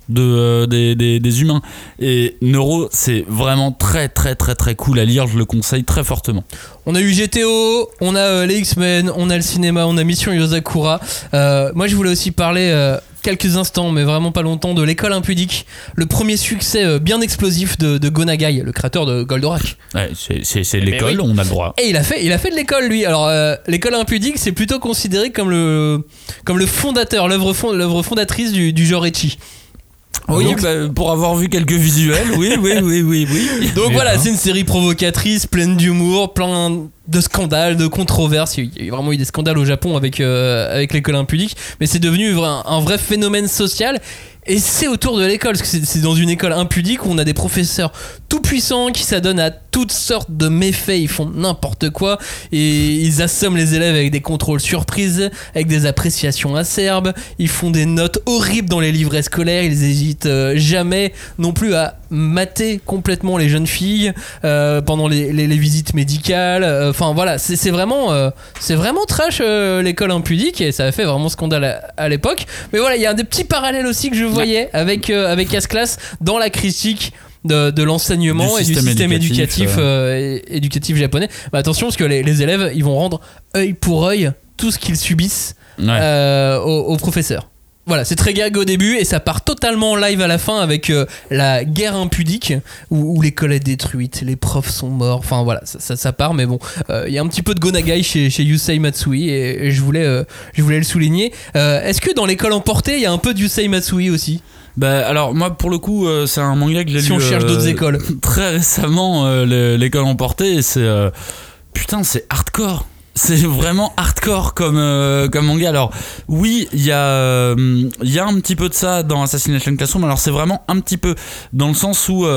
des humains. Et Nero, c'est vraiment très, très, très, très cool à lire. Je le conseille très fortement. On a eu GTO, on a les X-Men, on a le cinéma, on a Mission Yosakura. Moi, je voulais aussi parler quelques instants, mais vraiment pas longtemps, de l'école impudique. Le premier succès bien explosif de Go Nagai, le créateur de Goldorak. Ouais, c'est l'école, oui. On a le droit. Et il a fait de l'école, lui. Alors, l'école impudique, c'est plutôt considéré comme le fondateur, l'œuvre fondatrice du genre ecchi. Oui, pour avoir vu quelques visuels, oui. Donc voilà, c'est une série provocatrice, pleine d'humour, plein de scandales, de controverses. Il y a vraiment eu des scandales au Japon avec l'école impudique, mais c'est devenu un vrai phénomène social. Et c'est autour de l'école, parce que c'est dans une école impudique où on a des professeurs tout puissants qui s'adonnent à toutes sortes de méfaits, ils font n'importe quoi et ils assomment les élèves avec des contrôles surprises, avec des appréciations acerbes, ils font des notes horribles dans les livrets scolaires, ils hésitent jamais non plus à mater complètement les jeunes filles pendant les visites médicales. Enfin voilà, c'est vraiment trash l'école impudique et ça a fait vraiment scandale à l'époque. Mais voilà, il y a des petits parallèles aussi que je voyais avec As-Class dans la critique de l'enseignement et du système éducatif japonais. Attention parce que les élèves ils vont rendre œil pour œil tout ce qu'ils subissent aux professeurs. Voilà, c'est très gag au début et ça part totalement en live à la fin avec la guerre impudique où l'école est détruite, les profs sont morts, enfin voilà, ça part, mais bon, il y a un petit peu de Go Nagai chez Yusei Matsui et je voulais le souligner. Est-ce que dans l'école emportée, il y a un peu de Yusei Matsui aussi ? Alors moi pour le coup c'est un manga que j'ai lu si on cherche d'autres écoles très récemment, l'école emportée, et c'est c'est hardcore. C'est vraiment hardcore comme manga. Alors oui, il y a un petit peu de ça dans Assassination Classroom. Alors c'est vraiment un petit peu dans le sens où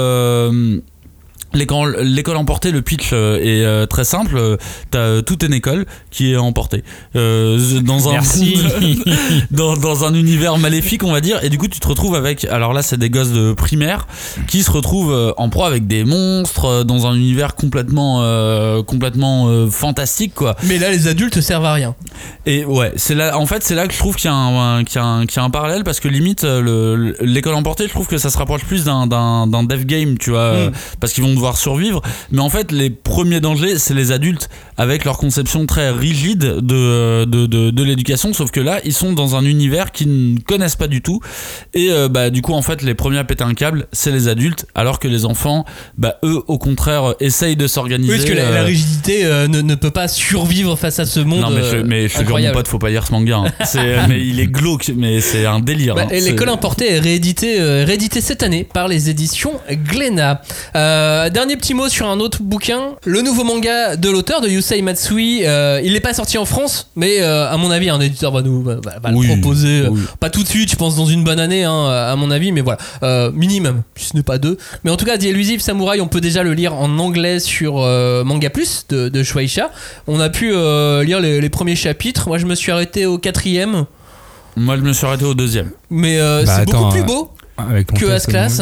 l'école emportée, le pitch est très simple. T'as toute une école qui est emportée dans un univers maléfique, on va dire, et du coup tu te retrouves avec, alors là c'est des gosses de primaire qui se retrouvent en proie avec des monstres dans un univers complètement fantastique, quoi. Mais là les adultes servent à rien. Et ouais, c'est là que je trouve qu'il y a un parallèle, parce que limite l'école emportée, je trouve que ça se rapproche plus d'un dev game, tu vois, parce qu'ils vont devoir survivre. Mais en fait, les premiers dangers, c'est les adultes avec leur conception très rigide de l'éducation. Sauf que là, ils sont dans un univers qu'ils ne connaissent pas du tout. Et du coup, en fait, les premiers à péter un câble, c'est les adultes, alors que les enfants, eux, au contraire, essayent de s'organiser. Oui, parce que la rigidité ne peut pas survivre face à ce monde. Non, mais je te jure, mon pote, faut pas lire ce manga. Hein. Mais il est glauque, mais c'est un délire. Et L'école importée est réédité cette année par les éditions Glénat. Dernier petit mot sur un autre bouquin, le nouveau manga de l'auteur, de Yusei Matsui. Il n'est pas sorti en France, mais à mon avis, un éditeur va le proposer. Pas tout de suite, je pense dans une bonne année, à mon avis, mais voilà. Minimum, si ce n'est pas 2. Mais en tout cas, The Elusive Samurai, on peut déjà le lire en anglais sur Manga Plus de Shueisha. On a pu lire les premiers chapitres. Moi, je me suis arrêté au 4e. Moi, je me suis arrêté au 2e. Mais c'est beaucoup plus beau que As-Class.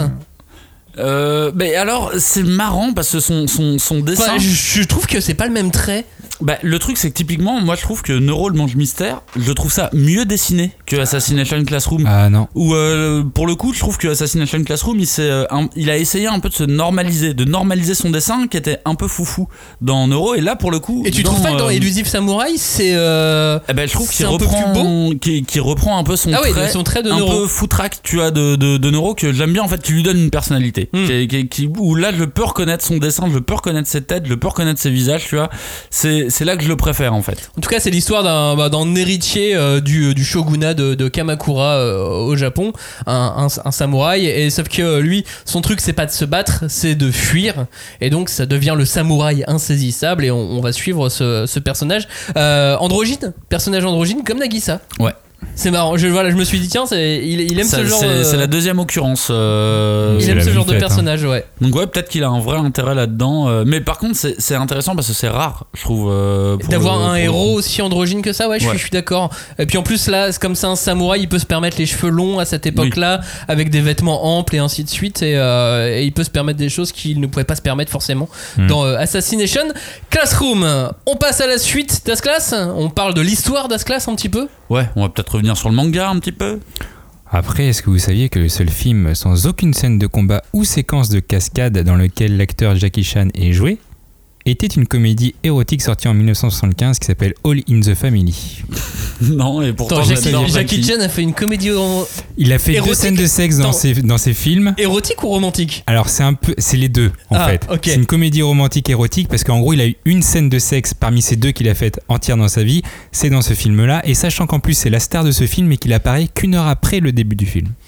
Mais alors, c'est marrant parce que son dessin. Je trouve que c'est pas le même trait. Le truc, c'est que typiquement, moi je trouve que Neuro, le mange mystère, je trouve ça mieux dessiné que Assassination Classroom. Ah non. Ou pour le coup, je trouve que Assassination Classroom, il a essayé un peu de se normaliser, son dessin qui était un peu foufou dans Neuro. Et là, pour le coup. Et tu trouves pas que dans Elusive Samurai, c'est. Je trouve qu'il reprend un peu son trait, son trait de un Neuro. peu foutraque, tu vois, de Neuro, que j'aime bien en fait, qui lui donne une personnalité. Où là, je peux reconnaître son dessin, je peux reconnaître ses têtes, je peux reconnaître ses visages, tu vois. C'est là que je le préfère en fait. En tout cas, c'est l'histoire d'un héritier du shogunat de Kamakura au Japon, un samouraï, et sauf que lui, son truc c'est pas de se battre, c'est de fuir, et donc ça devient le samouraï insaisissable, et on va suivre ce personnage personnage androgyne comme Nagisa. Ouais. C'est marrant, je me suis dit tiens, il aime ce genre. C'est la deuxième occurrence. Il aime ce genre de personnage, ouais. Donc ouais, peut-être qu'il a un vrai intérêt là-dedans. Mais par contre, c'est intéressant parce que c'est rare, je trouve. D'avoir un héros aussi androgyne que ça, ouais, je suis d'accord. Et puis en plus là, comme c'est un samouraï, il peut se permettre les cheveux longs à cette époque-là, avec des vêtements amples et ainsi de suite, et il peut se permettre des choses qu'il ne pouvait pas se permettre forcément dans Assassination Classroom. On passe à la suite d'As-Class. On parle de l'histoire d'As-Class un petit peu. Ouais, on va peut-être revenir sur le manga un petit peu. Après, est-ce que vous saviez que le seul film sans aucune scène de combat ou séquence de cascade dans lequel l'acteur Jackie Chan est joué était une comédie érotique sortie en 1975 qui s'appelle All in the Family. Non, et pourtant Jackie Chan a fait une comédie il a fait érotique. 2 scènes de sexe dans ses films. Érotique ou romantique? Alors c'est les deux en fait. Okay. C'est une comédie romantique érotique parce qu'en gros il a eu une scène de sexe parmi ces 2 qu'il a faites entière dans sa vie. C'est dans ce film-là, et sachant qu'en plus c'est la star de ce film et qu'il apparaît qu'1 heure après le début du film.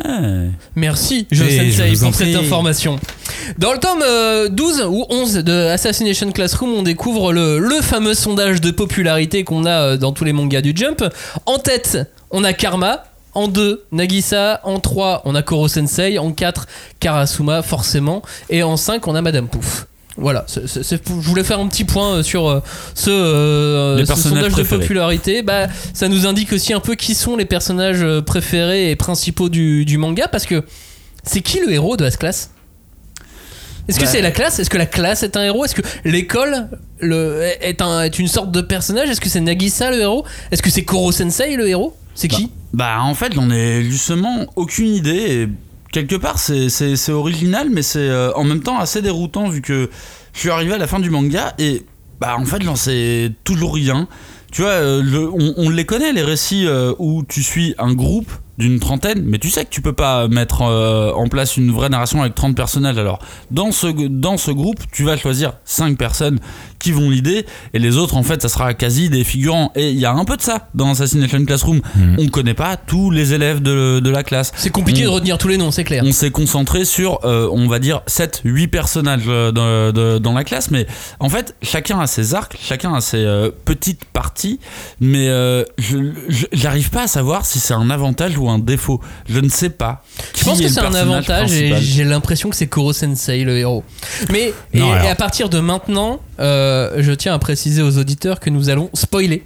Merci Sensei pour cette information. Dans le tome 12 ou 11 de Assassination Classroom, on découvre le fameux sondage de popularité qu'on a dans tous les mangas du Jump. En tête, on a Karma. En 2, Nagisa. En 3, on a Koro Sensei. En 4, Karasuma, forcément. Et en 5, on a Madame Pouf. Voilà, je voulais faire un petit point sur ce sondage de popularité. Ça nous indique aussi un peu qui sont les personnages préférés et principaux du manga, parce que c'est qui le héros de As-Class ? Est-ce que c'est la classe ? Est-ce que la classe est un héros ? Est-ce que l'école est une sorte de personnage ? Est-ce que c'est Nagisa le héros ? Est-ce que c'est Koro Sensei le héros ? C'est qui ? En fait, j'en ai justement aucune idée. Et quelque part, c'est original, mais c'est en même temps assez déroutant vu que je suis arrivé à la fin du manga et en fait, j'en sais toujours rien. Tu vois, on les connaît, les récits où tu suis un groupe d'une trentaine, mais tu sais que tu peux pas mettre en place une vraie narration avec 30 personnages. Alors dans ce groupe, tu vas choisir 5 personnes qui vont l'idée, et les autres en fait ça sera quasi des figurants, et il y a un peu de ça dans Assassination Classroom. On connaît pas tous les élèves de la classe, c'est compliqué de retenir tous les noms, c'est clair. On s'est concentré sur on va dire 7-8 personnages dans la classe, mais en fait chacun a ses arcs, chacun a ses petites parties, mais j'arrive pas à savoir si c'est un avantage ou un défaut, je ne sais pas. Je pense que c'est un avantage principal. Et j'ai l'impression que c'est Koro Sensei le héros. Mais et à partir de maintenant, je tiens à préciser aux auditeurs que nous allons spoiler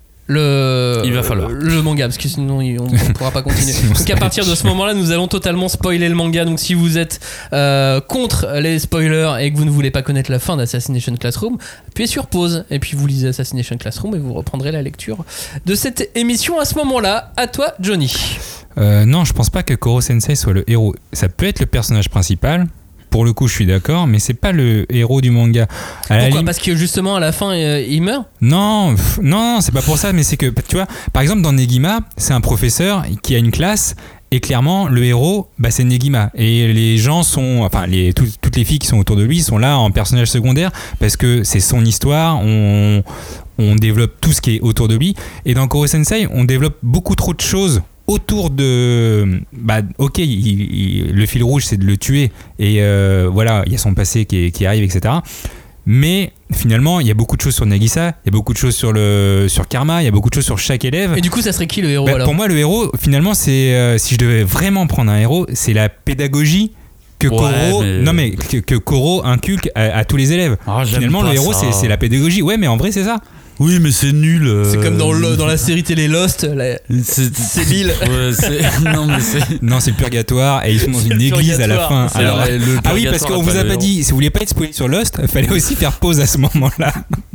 il va falloir le manga, parce que sinon on ne pourra pas continuer. Donc à partir de ce moment-là, nous allons totalement spoiler le manga. Donc si vous êtes contre les spoilers et que vous ne voulez pas connaître la fin d'Assassination Classroom, appuyez sur pause et puis vous lisez Assassination Classroom et vous reprendrez la lecture de cette émission à ce moment-là. À toi, Johnny. Non, je pense pas que Koro Sensei soit le héros. Ça peut être le personnage principal pour le coup, je suis d'accord, mais c'est pas le héros du manga. Pourquoi ? Parce que justement, à la fin, il meurt ? Non, c'est pas pour ça, mais c'est que, tu vois, par exemple, dans Negima, c'est un professeur qui a une classe. Et clairement, le héros, c'est Negima. Et les gens sont... Enfin, toutes les filles qui sont autour de lui sont là en personnage secondaire parce que c'est son histoire, on développe tout ce qui est autour de lui. Et dans Koro Sensei, on développe beaucoup trop de choses autour de... ok, le fil rouge, c'est de le tuer. Et voilà, il y a son passé qui arrive, etc. Mais finalement, il y a beaucoup de choses sur Nagisa, il y a beaucoup de choses sur Karma, il y a beaucoup de choses sur chaque élève. Et du coup, ça serait qui le héros alors ? Pour moi, le héros, finalement, c'est si je devais vraiment prendre un héros, c'est la pédagogie que Koro inculque à tous les élèves. Finalement, le héros, c'est la pédagogie. Ouais, mais en vrai, c'est ça. Oui, mais c'est nul. C'est comme dans la série télé Lost, c'est l'île. Non, c'est le purgatoire et ils sont dans une église à la fin. Alors, oui, parce qu'on vous a pas dit, si vous voulez pas être spoilé sur Lost, il fallait aussi faire pause à ce moment-là.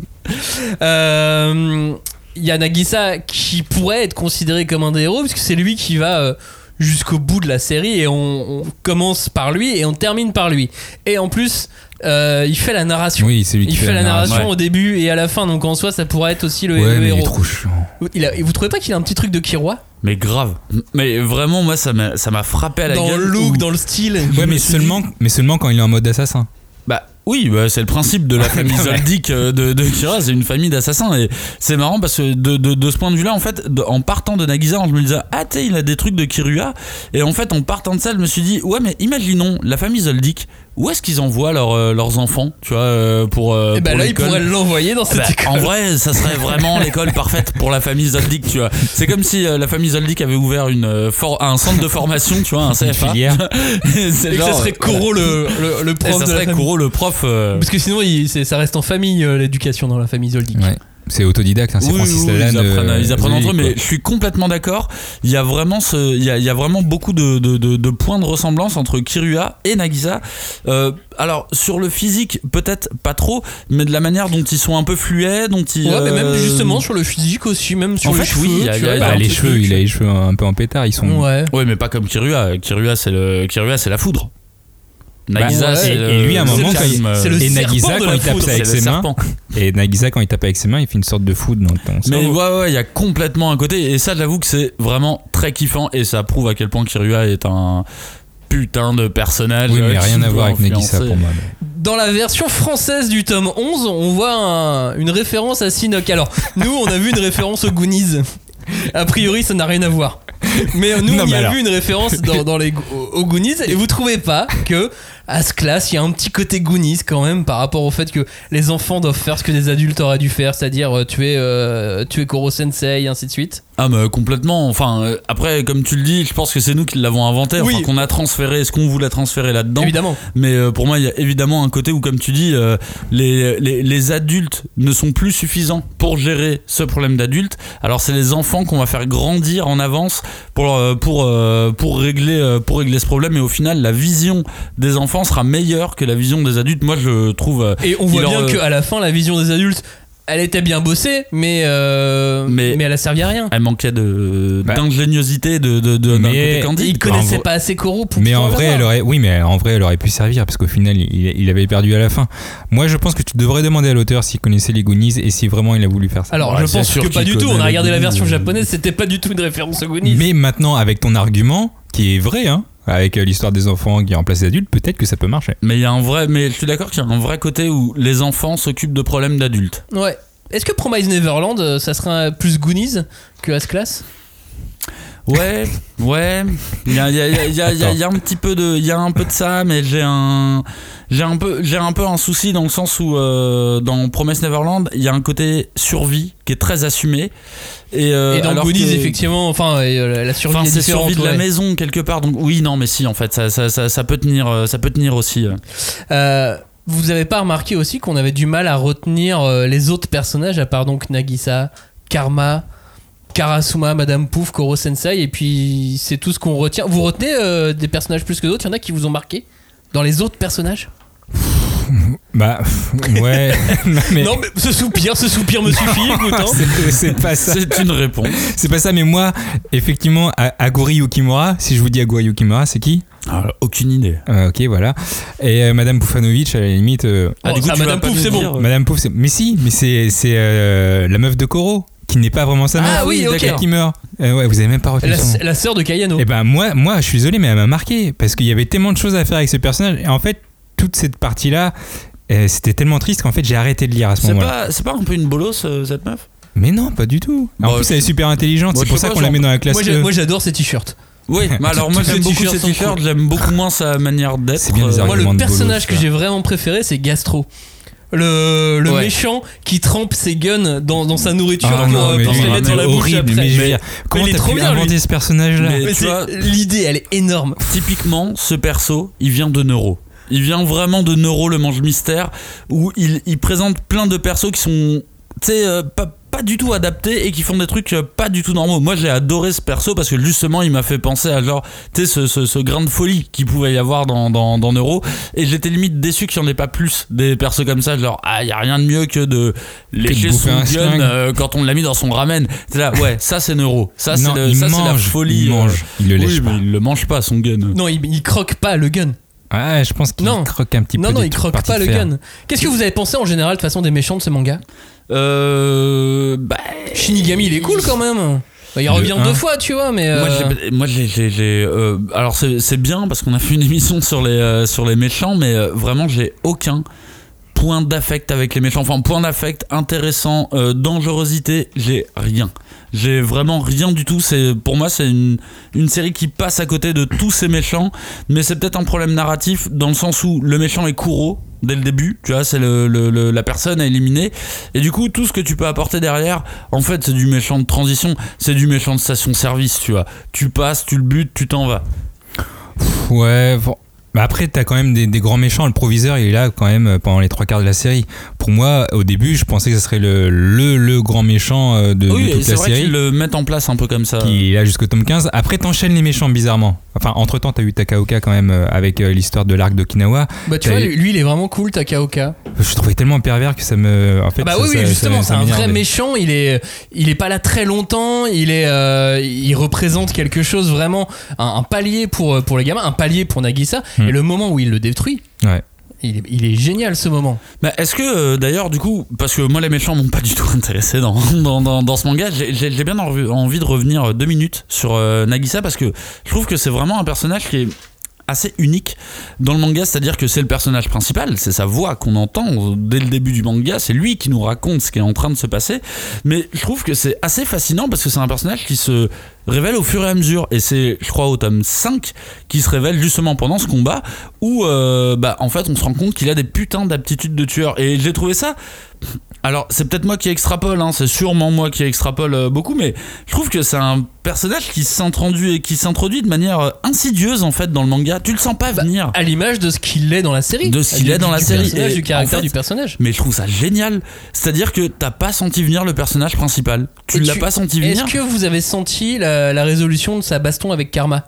Il y a Nagisa qui pourrait être considéré comme un des héros puisque c'est lui qui va jusqu'au bout de la série et on commence par lui et on termine par lui. Et en plus, il fait la narration. Oui, c'est lui qui fait la narration au début et à la fin, donc en soi, ça pourrait être aussi le héros. Il est trop chiant. Vous trouvez pas qu'il a un petit truc de Killua ? Mais grave. Mais vraiment, moi, ça m'a frappé à la gueule. Dans le look, dans le style. Ouais, mais seulement quand il est en mode assassin. Oui, c'est le principe de la famille Zoldyck de Kira, c'est une famille d'assassins et c'est marrant parce que de ce point de vue-là, en fait, en partant de Nagisa, je me disais il a des trucs de Kirua et en fait, en partant de ça, je me suis dit ouais, mais imaginons la famille Zoldyck, où est-ce qu'ils envoient leurs enfants, tu vois, pour là, l'école. ils pourraient l'envoyer dans cette école. En vrai, ça serait vraiment l'école parfaite pour la famille Zoldyck, tu vois. C'est comme si la famille Zoldyck avait ouvert un centre de formation, tu vois, un CFA. Filière. Et que ça serait Koro le prof. Ça serait Koro le prof. Parce que sinon, ça reste en famille, l'éducation dans la famille Zoldyck. Ouais. C'est autodidacte, c'est Francis Lalanne. Ils apprennent entre eux, mais je suis complètement d'accord. Il y a vraiment il y a vraiment beaucoup de points de ressemblance entre Kirua et Nagisa. Alors sur le physique, peut-être pas trop, mais de la manière dont ils sont un peu fluets, dont ils. Ouais, mais même justement sur le physique aussi, même sur les cheveux. Oui, il a les cheveux un peu en pétard, ils sont. Ouais, mais pas comme Kirua. Kirua, c'est la foudre. Nagisa, et lui à un moment et Nagisa quand il tape ça avec ses mains et Nagisa quand il tape avec ses mains il fait une sorte de foudre dans ton cerveau. Mais il y a complètement un côté et ça j'avoue que c'est vraiment très kiffant et ça prouve à quel point Kirua est un putain de personnage. Oui, mais rien à voir avec Nagisa pour moi. Dans la version française du tome 11 on voit une référence à Shinnok. Alors nous on a vu une référence aux Goonies. A priori ça n'a rien à voir. Mais nous, on y a vu une référence aux Goonies. Et vous trouvez pas que à ce classe, il y a un petit côté Goonies quand même par rapport au fait que les enfants doivent faire ce que des adultes auraient dû faire, c'est-à-dire tuer Koro Sensei, ainsi de suite. Ah mais complètement. Enfin après comme tu le dis, je pense que c'est nous qui l'avons inventé, enfin qu'on a transféré ce qu'on voulait transférer là-dedans. Évidemment. Mais pour moi il y a évidemment un côté où comme tu dis les adultes ne sont plus suffisants pour gérer ce problème d'adultes. Alors c'est les enfants qu'on va faire grandir en avance pour régler ce problème et au final la vision des enfants sera meilleure que la vision des adultes. Moi je trouve et on voit bien qu'à la fin la vision des adultes elle était bien bossée, mais elle a servi à rien. Elle manquait d'ingéniosité, d'un côté candide. Il connaissait pas assez Koro pour. Mais en vrai, elle aurait pu servir parce qu'au final, il avait perdu à la fin. Moi, je pense que tu devrais demander à l'auteur s'il connaissait les Goonies et si vraiment il a voulu faire ça. Alors, je pense que pas du tout. On a regardé la version japonaise, c'était pas du tout une référence aux Goonies. Mais maintenant, avec ton argument, qui est vrai, hein. Avec l'histoire des enfants qui remplacent les adultes, peut-être que ça peut marcher. Mais je suis d'accord qu'il y a un vrai côté où les enfants s'occupent de problèmes d'adultes. Ouais. Est-ce que Promise Neverland, ça serait plus Goonies que As-Class ? Ouais. Il y a un petit peu il y a un peu de ça, mais j'ai un peu un souci dans le sens où dans Promise Neverland, il y a un côté survie qui est très assumé. Et dans Goonies, effectivement, la survie est c'est différente. Survie de la maison quelque part. Donc oui, non, mais si, en fait, ça peut tenir aussi. Vous avez pas remarqué aussi qu'on avait du mal à retenir les autres personnages à part donc Nagisa, Karma, Karasuma, Madame Pouf, Koro Sensei, et puis c'est tout ce qu'on retient. Vous retenez des personnages plus que d'autres ? Il y en a qui vous ont marqué dans les autres personnages ? Bah, ouais. non, mais ce soupir me suffit, écoute. Hein. c'est pas ça. C'est une réponse. C'est pas ça, mais moi, effectivement, Aguri Yukimura, si je vous dis Aguri Yukimura, c'est qui ? Aucune idée. Ok, voilà. Et Madame Poufanovic, à la limite. Du coup, Madame Pouf, c'est bon. Madame Pouf, mais c'est la meuf de Koro. Qui n'est pas vraiment sa meuf. Ah oui, ok. Qui meurt. Ouais, vous avez même pas retenu son nom. La sœur de Kayano. Et ben moi, je suis désolé, mais elle m'a marqué parce qu'il y avait tellement de choses à faire avec ce personnage. Et en fait, toute cette partie-là, c'était tellement triste qu'en fait, j'ai arrêté de lire à ce moment-là. C'est pas un peu une bolosse cette meuf ? Mais non, pas du tout. En plus, elle est super intelligente. C'est pour ça qu'on la met dans la classe. Moi, j'adore ses t-shirts. Oui, mais alors moi j'aime beaucoup ses t-shirts, j'aime beaucoup moins sa manière d'être. C'est bien des moi, arguments le de personnage bolos, que j'ai vraiment préféré, c'est Gastro. Le méchant qui trempe ses guns dans sa nourriture pour se les mettre dans la bouche après. Mais comment t'as pu inventer ce personnage-là ? Mais tu vois, l'idée, elle est énorme. Typiquement, ce perso, il vient de Neuro. Il vient vraiment de Neuro, le mange mystère, où il présente plein de persos qui sont, tu sais, pas du tout adaptés et qui font des trucs pas du tout normaux. Moi j'ai adoré ce perso parce que justement il m'a fait penser à genre, tu sais, ce grain de folie qu'il pouvait y avoir dans Neuro, et j'étais limite déçu qu'il n'y en ait pas plus des persos comme ça, genre y a rien de mieux que de lécher son gun quand on l'a mis dans son ramen. C'est là, ouais, ça c'est Neuro, ça c'est la folie. Il le lèche pas. Il le mange pas son gun. Non, il croque pas le gun. Ouais, je pense qu'il croque un petit peu. Non, il croque pas le gun. Qu'est-ce que vous avez pensé en général de façon des méchants de ce manga ? Shinigami, il est cool quand même. Il revient 2 fois, tu vois, mais. Moi, j'ai alors c'est bien parce qu'on a fait une émission sur les méchants, mais vraiment, j'ai aucun point d'affect avec les méchants. Enfin, point d'affect intéressant, dangerosité, j'ai rien. J'ai vraiment rien du tout. Pour moi, c'est une série qui passe à côté de tous ces méchants, mais c'est peut-être un problème narratif dans le sens où le méchant est Kuro dès le début, tu vois, c'est la personne à éliminer, et du coup tout ce que tu peux apporter derrière, en fait, c'est du méchant de transition, c'est du méchant de station-service, tu vois. Tu passes, tu le butes, tu t'en vas. Ouais, bon. Bah après, t'as quand même des grands méchants. Le proviseur, il est là quand même pendant les 3/4 de la série. Pour moi, au début, je pensais que ce serait le grand méchant de toute la série. Oui, c'est vrai qu'ils le mettent en place un peu comme ça. Qui est là jusqu'au tome 15. Après, t'enchaînes les méchants bizarrement. Enfin, entre-temps, t'as eu Takaoka quand même avec l'histoire de l'arc d'Okinawa. Bah tu vois, lui, il est vraiment cool, Takaoka. Je trouvais tellement pervers que ça me... En fait, oui, justement, c'est un vrai méchant. Il est pas là très longtemps. Il représente quelque chose vraiment, un palier pour les gamins, un palier pour Nagisa. Et le moment où il le détruit, il est génial ce moment. Bah, est-ce que d'ailleurs, du coup, parce que moi les méchants m'ont pas du tout intéressé dans ce manga, j'ai bien envie de revenir 2 minutes sur Nagisa, parce que je trouve que c'est vraiment un personnage qui est assez unique dans le manga, c'est-à-dire que c'est le personnage principal, c'est sa voix qu'on entend dès le début du manga, c'est lui qui nous raconte ce qui est en train de se passer, mais je trouve que c'est assez fascinant parce que c'est un personnage qui se révèle au fur et à mesure, et c'est, je crois, au tome 5 qui se révèle justement pendant ce combat où en fait on se rend compte qu'il a des putains d'aptitudes de tueur, et j'ai trouvé ça, alors c'est peut-être moi qui extrapole, c'est sûrement moi qui extrapole beaucoup, mais je trouve que c'est un personnage qui s'introduit de manière insidieuse en fait dans le manga. Tu le sens pas venir, à l'image de ce qu'il est dans la série, du caractère en fait, du personnage. Mais je trouve ça génial, c'est-à-dire que t'as pas senti venir le personnage principal, tu l'as pas senti venir. Est-ce que vous avez senti la résolution de sa baston avec Karma?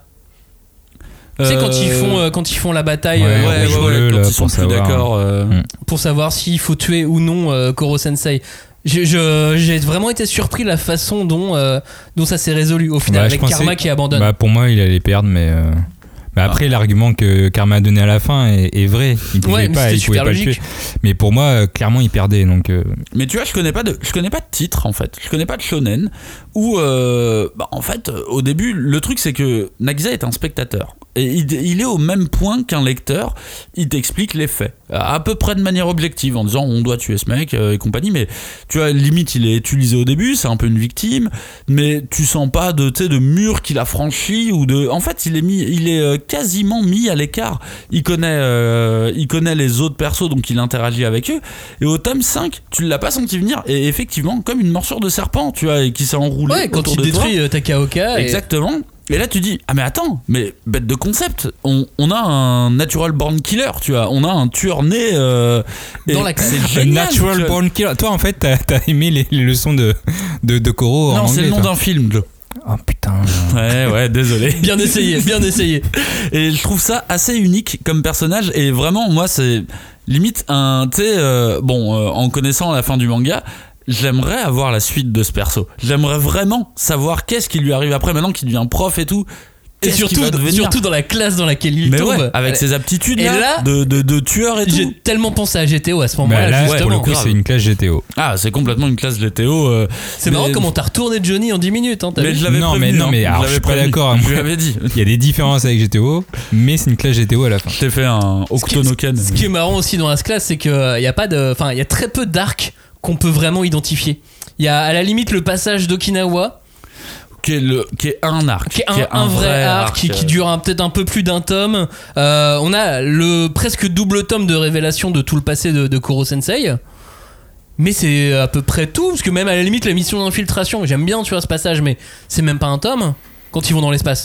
Tu sais, quand ils font la bataille, quand ils sont plus d'accord pour savoir s'il faut tuer ou non Koro Sensei. J'ai vraiment été surpris de la façon dont ça s'est résolu au final, avec Karma qui abandonne. Pour moi, il allait perdre, mais après, l'argument que Karma a donné à la fin est vrai. Il pouvait pas le tuer. Mais pour moi, clairement, il perdait. Donc, Mais tu vois, je connais pas de titre en fait. Je connais pas de shonen où, en fait, au début, le truc c'est que Nagisa est un spectateur. Et il est au même point qu'un lecteur. Il t'explique les faits à peu près de manière objective en disant on doit tuer ce mec et compagnie, mais tu vois, limite il est utilisé au début, c'est un peu une victime, mais tu sens pas de mur qu'il a franchi ou de... En fait il est quasiment mis à l'écart. Il connaît les autres persos, donc il interagit avec eux, et au tome 5 tu l'as pas senti venir, et effectivement comme une morsure de serpent, tu vois, et qui s'est enroulé quand il détruit Takaoka. Exactement. Et là tu dis, ah mais attends, mais bête de concept, on a un natural born killer, tu vois, on a un tueur né dans la c'est génial, natural born killer. Toi en fait t'as aimé les leçons de Koro en anglais. Non, c'est le nom d'un film. Oh putain. Ouais, désolé. Bien essayé. Et je trouve ça assez unique comme personnage. Et vraiment, moi, c'est limite un. Tu sais, en connaissant la fin du manga, j'aimerais avoir la suite de ce perso. J'aimerais vraiment savoir qu'est-ce qui lui arrive après, maintenant qu'il devient prof et tout. Et surtout dans la classe dans laquelle il tombe. Ouais, avec ses aptitudes et là, de tueur et tout. J'ai tellement pensé à GTO à ce moment-là. Là, justement. pour le coup, c'est une classe GTO. Ah, c'est complètement une classe GTO. C'est marrant comment t'as retourné Johnny en 10 minutes. Hein, mais je l'avais prévenu. Mais alors, je suis pas d'accord. Je lui avais dit. Il y a des différences avec GTO, mais c'est une classe GTO à la fin. T'es fait un Octonoken. Ce qui est marrant aussi dans la classe, c'est qu'il y a pas de, il y a très peu d'arcs qu'on peut vraiment identifier. Il y a à la limite le passage d'Okinawa. Qui est un arc. Qui est un vrai arc qui dure peut-être un peu plus d'un tome. On a le presque double tome de révélation de tout le passé de Koro Sensei. Mais c'est à peu près tout. Parce que même à la limite, la mission d'infiltration, j'aime bien, tu vois, ce passage, mais c'est même pas un tome quand ils vont dans l'espace.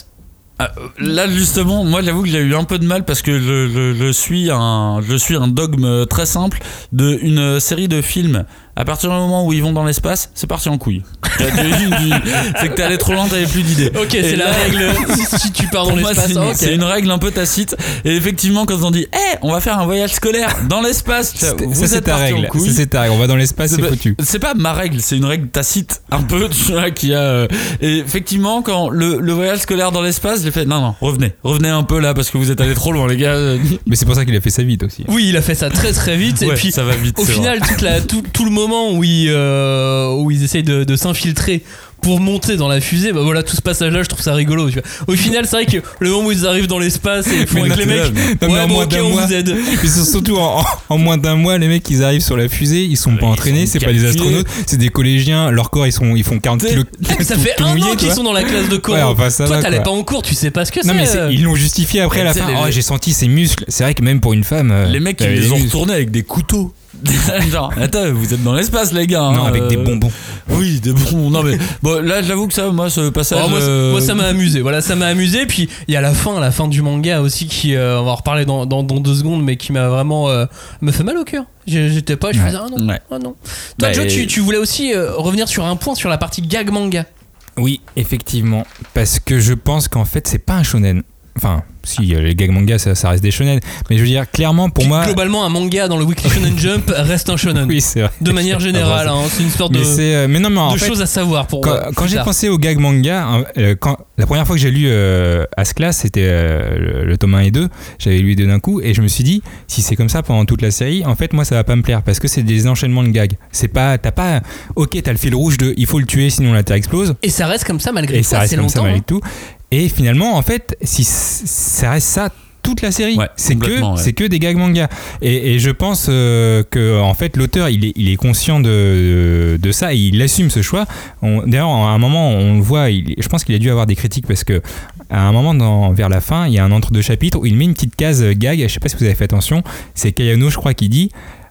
Là justement, moi j'avoue que j'ai eu un peu de mal parce que je suis un dogme très simple de une série de films. À partir du moment où ils vont dans l'espace, c'est parti en couille. C'est que t'es allé trop loin, t'avais plus d'idées. Ok, c'est la règle. Si tu pars dans l'espace, c'est une règle un peu tacite. Et effectivement, quand on dit, on va faire un voyage scolaire dans l'espace, c'est ta règle. C'est ta règle. On va dans l'espace, c'est foutu. C'est pas ma règle, c'est une règle tacite un peu, tu vois, qui a. Et effectivement, quand le voyage scolaire dans l'espace, j'ai fait, non, revenez un peu là parce que vous êtes allés trop loin, les gars. Mais c'est pour ça qu'il a fait ça vite aussi. Oui, il a fait ça très très vite. Ouais, et puis, ça va vite. Au final, tout le moment où ils essayent de s'infiltrer pour monter dans la fusée, bah voilà, tout ce passage là je trouve ça rigolo, tu vois. Au final c'est vrai que le moment où ils arrivent dans l'espace et ils font avec les mecs, on vous aide. Mais surtout en moins d'un mois, les mecs ils arrivent sur la fusée, ils sont pas entraînés, c'est pas des astronautes, c'est des collégiens, leur corps ils font 40 kilos. Ça fait un an qu'ils sont dans la classe de Koro. Toi t'allais pas en cours, tu sais pas ce que c'est. Non mais ils l'ont justifié après à la fin. J'ai senti ses muscles, c'est vrai que même pour une femme, les mecs ils les ont retournés avec des couteaux. Genre, attends, vous êtes dans l'espace, les gars. Non, avec des bonbons. Oui, des bonbons. Non, mais bon, là, j'avoue que ça, moi, ce passage. Moi, ça m'a amusé. Voilà, ça m'a amusé. Puis il y a la fin du manga aussi qui, on va en reparler dans 2 secondes, mais qui m'a vraiment me fait mal au cœur. J'étais pas, je faisais ah non. Toi, Joe, tu voulais aussi revenir sur un point sur la partie gag manga. Oui, effectivement, parce que je pense qu'en fait, c'est pas un shonen. Enfin, si, les gags manga, ça reste des shonen. Mais je veux dire, clairement, pour moi. Globalement, un manga dans le Weekly Shonen Jump reste un shonen. Oui, c'est vrai. De manière générale, c'est une sorte de choses à savoir pour. Quand j'ai pensé aux gags manga, la première fois que j'ai lu As-Class, c'était le tome 1 et 2. J'avais lu les deux d'un coup et je me suis dit, si c'est comme ça pendant toute la série, en fait, moi, ça va pas me plaire parce que c'est des enchaînements de gags. C'est pas. T'as le fil rouge de il faut le tuer sinon la Terre explose. Et ça reste comme ça malgré tout. Et ça reste comme ça malgré tout. Et finalement, en fait, si ça reste ça toute la série, c'est que des gags manga. Et je pense que en fait l'auteur il est conscient de ça et il assume ce choix. D'ailleurs, à un moment, on le voit. Je pense qu'il a dû avoir des critiques parce que à un moment vers la fin, il y a un entre-deux chapitres où il met une petite case gag. Je sais pas si vous avez fait attention. C'est Kayano, je crois, qui dit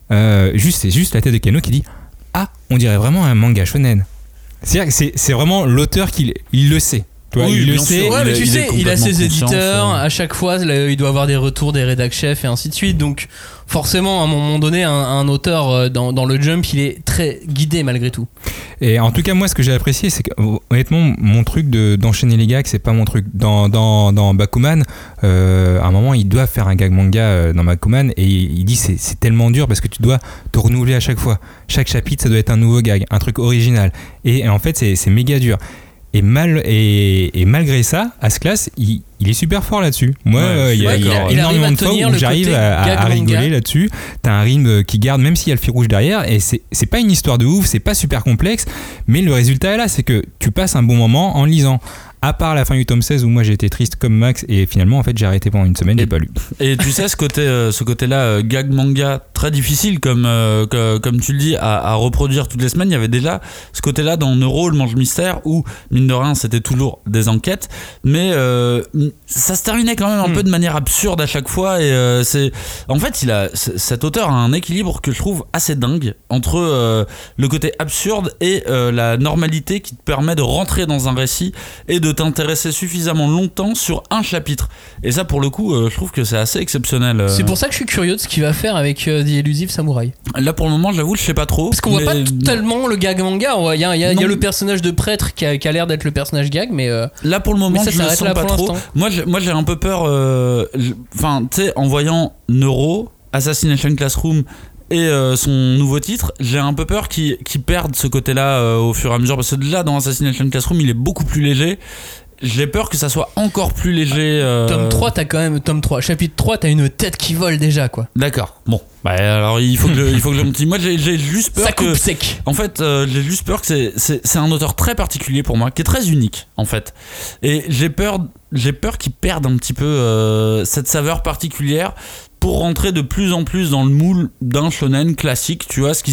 c'est juste la tête de Kayano qui dit on dirait vraiment un manga shonen. C'est-à-dire que c'est vraiment l'auteur qui il le sait. Il le sait. Ouais, mais tu sais, il a ses éditeurs. À chaque fois, il doit avoir des retours des rédac chefs et ainsi de suite. Donc, forcément, à un moment donné, un auteur dans le Jump, il est très guidé malgré tout. Et en tout cas, moi, ce que j'ai apprécié, c'est que honnêtement, mon truc d'enchaîner les gags, c'est pas mon truc. Dans Bakuman, à un moment, il doit faire un gag manga dans Bakuman et il dit c'est tellement dur parce que tu dois te renouveler à chaque fois. Chaque chapitre, ça doit être un nouveau gag, un truc original. Et en fait, c'est méga dur. Et malgré ça, As-Class, il est super fort là-dessus. Moi, il y a énormément de fois où j'arrive à rigoler là-dessus. T'as un rythme qui garde, même s'il y a le fil rouge derrière, et c'est pas une histoire de ouf, c'est pas super complexe, mais le résultat est là, c'est que tu passes un bon moment en lisant. À part la fin du tome 16 où moi j'ai été triste comme Max et finalement en fait j'ai arrêté pendant une semaine, j'ai pas lu. Et tu sais ce côté-là gag manga très difficile comme tu le dis à reproduire toutes les semaines, il y avait déjà ce côté-là dans Neuro, le mange mystère où mine de rien c'était toujours des enquêtes mais ça se terminait quand même un peu de manière absurde à chaque fois et en fait cet auteur a un équilibre que je trouve assez dingue entre le côté absurde et la normalité qui te permet de rentrer dans un récit et de t'intéresser suffisamment longtemps sur un chapitre. Et ça, pour le coup, je trouve que c'est assez exceptionnel. C'est pour ça que je suis curieux de ce qu'il va faire avec The Elusive Samurai. Là, pour le moment, j'avoue, je sais pas trop. Parce qu'on voit pas totalement le gag manga. Il y a le personnage de prêtre qui a l'air d'être le personnage gag, mais là, pour le moment, ça je le sens pas trop. Moi, j'ai un peu peur. Enfin, tu sais, en voyant Neuro, Assassination Classroom et son nouveau titre, j'ai un peu peur qu'il perde ce côté-là au fur et à mesure, parce que déjà dans Assassination Classroom il est beaucoup plus léger. J'ai peur que ça soit encore plus léger. Tome 3, t'as quand même chapitre 3, t'as une tête qui vole déjà, quoi. D'accord. Bon, bah alors il faut que je me dise. Moi j'ai juste peur ça coupe sec. En fait, j'ai juste peur que c'est un auteur très particulier pour moi, qui est très unique en fait. Et j'ai peur qu'il perde un petit peu cette saveur particulière pour rentrer de plus en plus dans le moule d'un shonen classique, tu vois, ce qui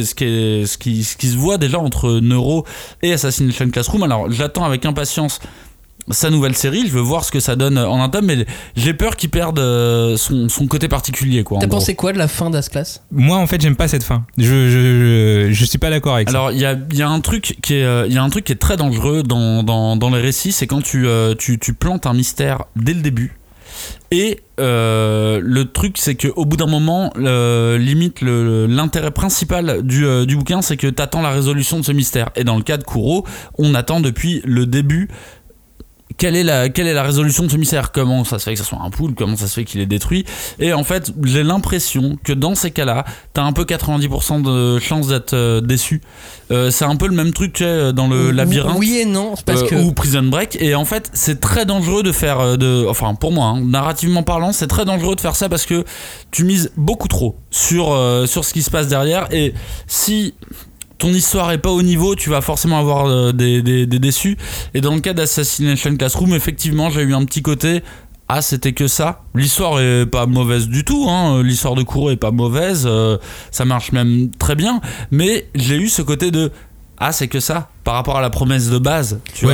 se voit déjà entre Neuro et Assassination Classroom. Alors j'attends avec impatience sa nouvelle série, je veux voir ce que ça donne en un tome, mais j'ai peur qu'il perde son côté particulier, quoi. T'as pensé quoi de la fin d'As-Class ? Moi, en fait, j'aime pas cette fin. Je suis pas d'accord avec ça. Alors, il y a un truc qui est très dangereux dans les récits, c'est quand tu plantes un mystère dès le début. Et le truc, c'est qu'au bout d'un moment, limite l'intérêt principal du bouquin, c'est que t'attends la résolution de ce mystère. Et dans le cas de Kuro, on attend depuis le début. Quelle est la résolution de ce mystère ? Comment ça se fait que ça soit un poulpe ? Comment ça se fait qu'il est détruit ? Et en fait, j'ai l'impression que dans ces cas-là, t'as un peu 90% de chances d'être déçu. C'est un peu le même truc, tu sais, dans le labyrinthe. Oui et non, parce que... ou Prison Break. Et en fait, c'est très dangereux de faire... enfin, pour moi, hein, narrativement parlant, c'est très dangereux de faire ça parce que tu mises beaucoup trop sur ce qui se passe derrière. Et si... ton histoire est pas au niveau, tu vas forcément avoir des déçus. Et dans le cas d'Assassination Classroom, effectivement, j'ai eu un petit côté c'était que ça. L'histoire est pas mauvaise du tout, hein. L'histoire de Kuro est pas mauvaise, ça marche même très bien. Mais j'ai eu ce côté de c'est que ça par rapport à la promesse de base. Mais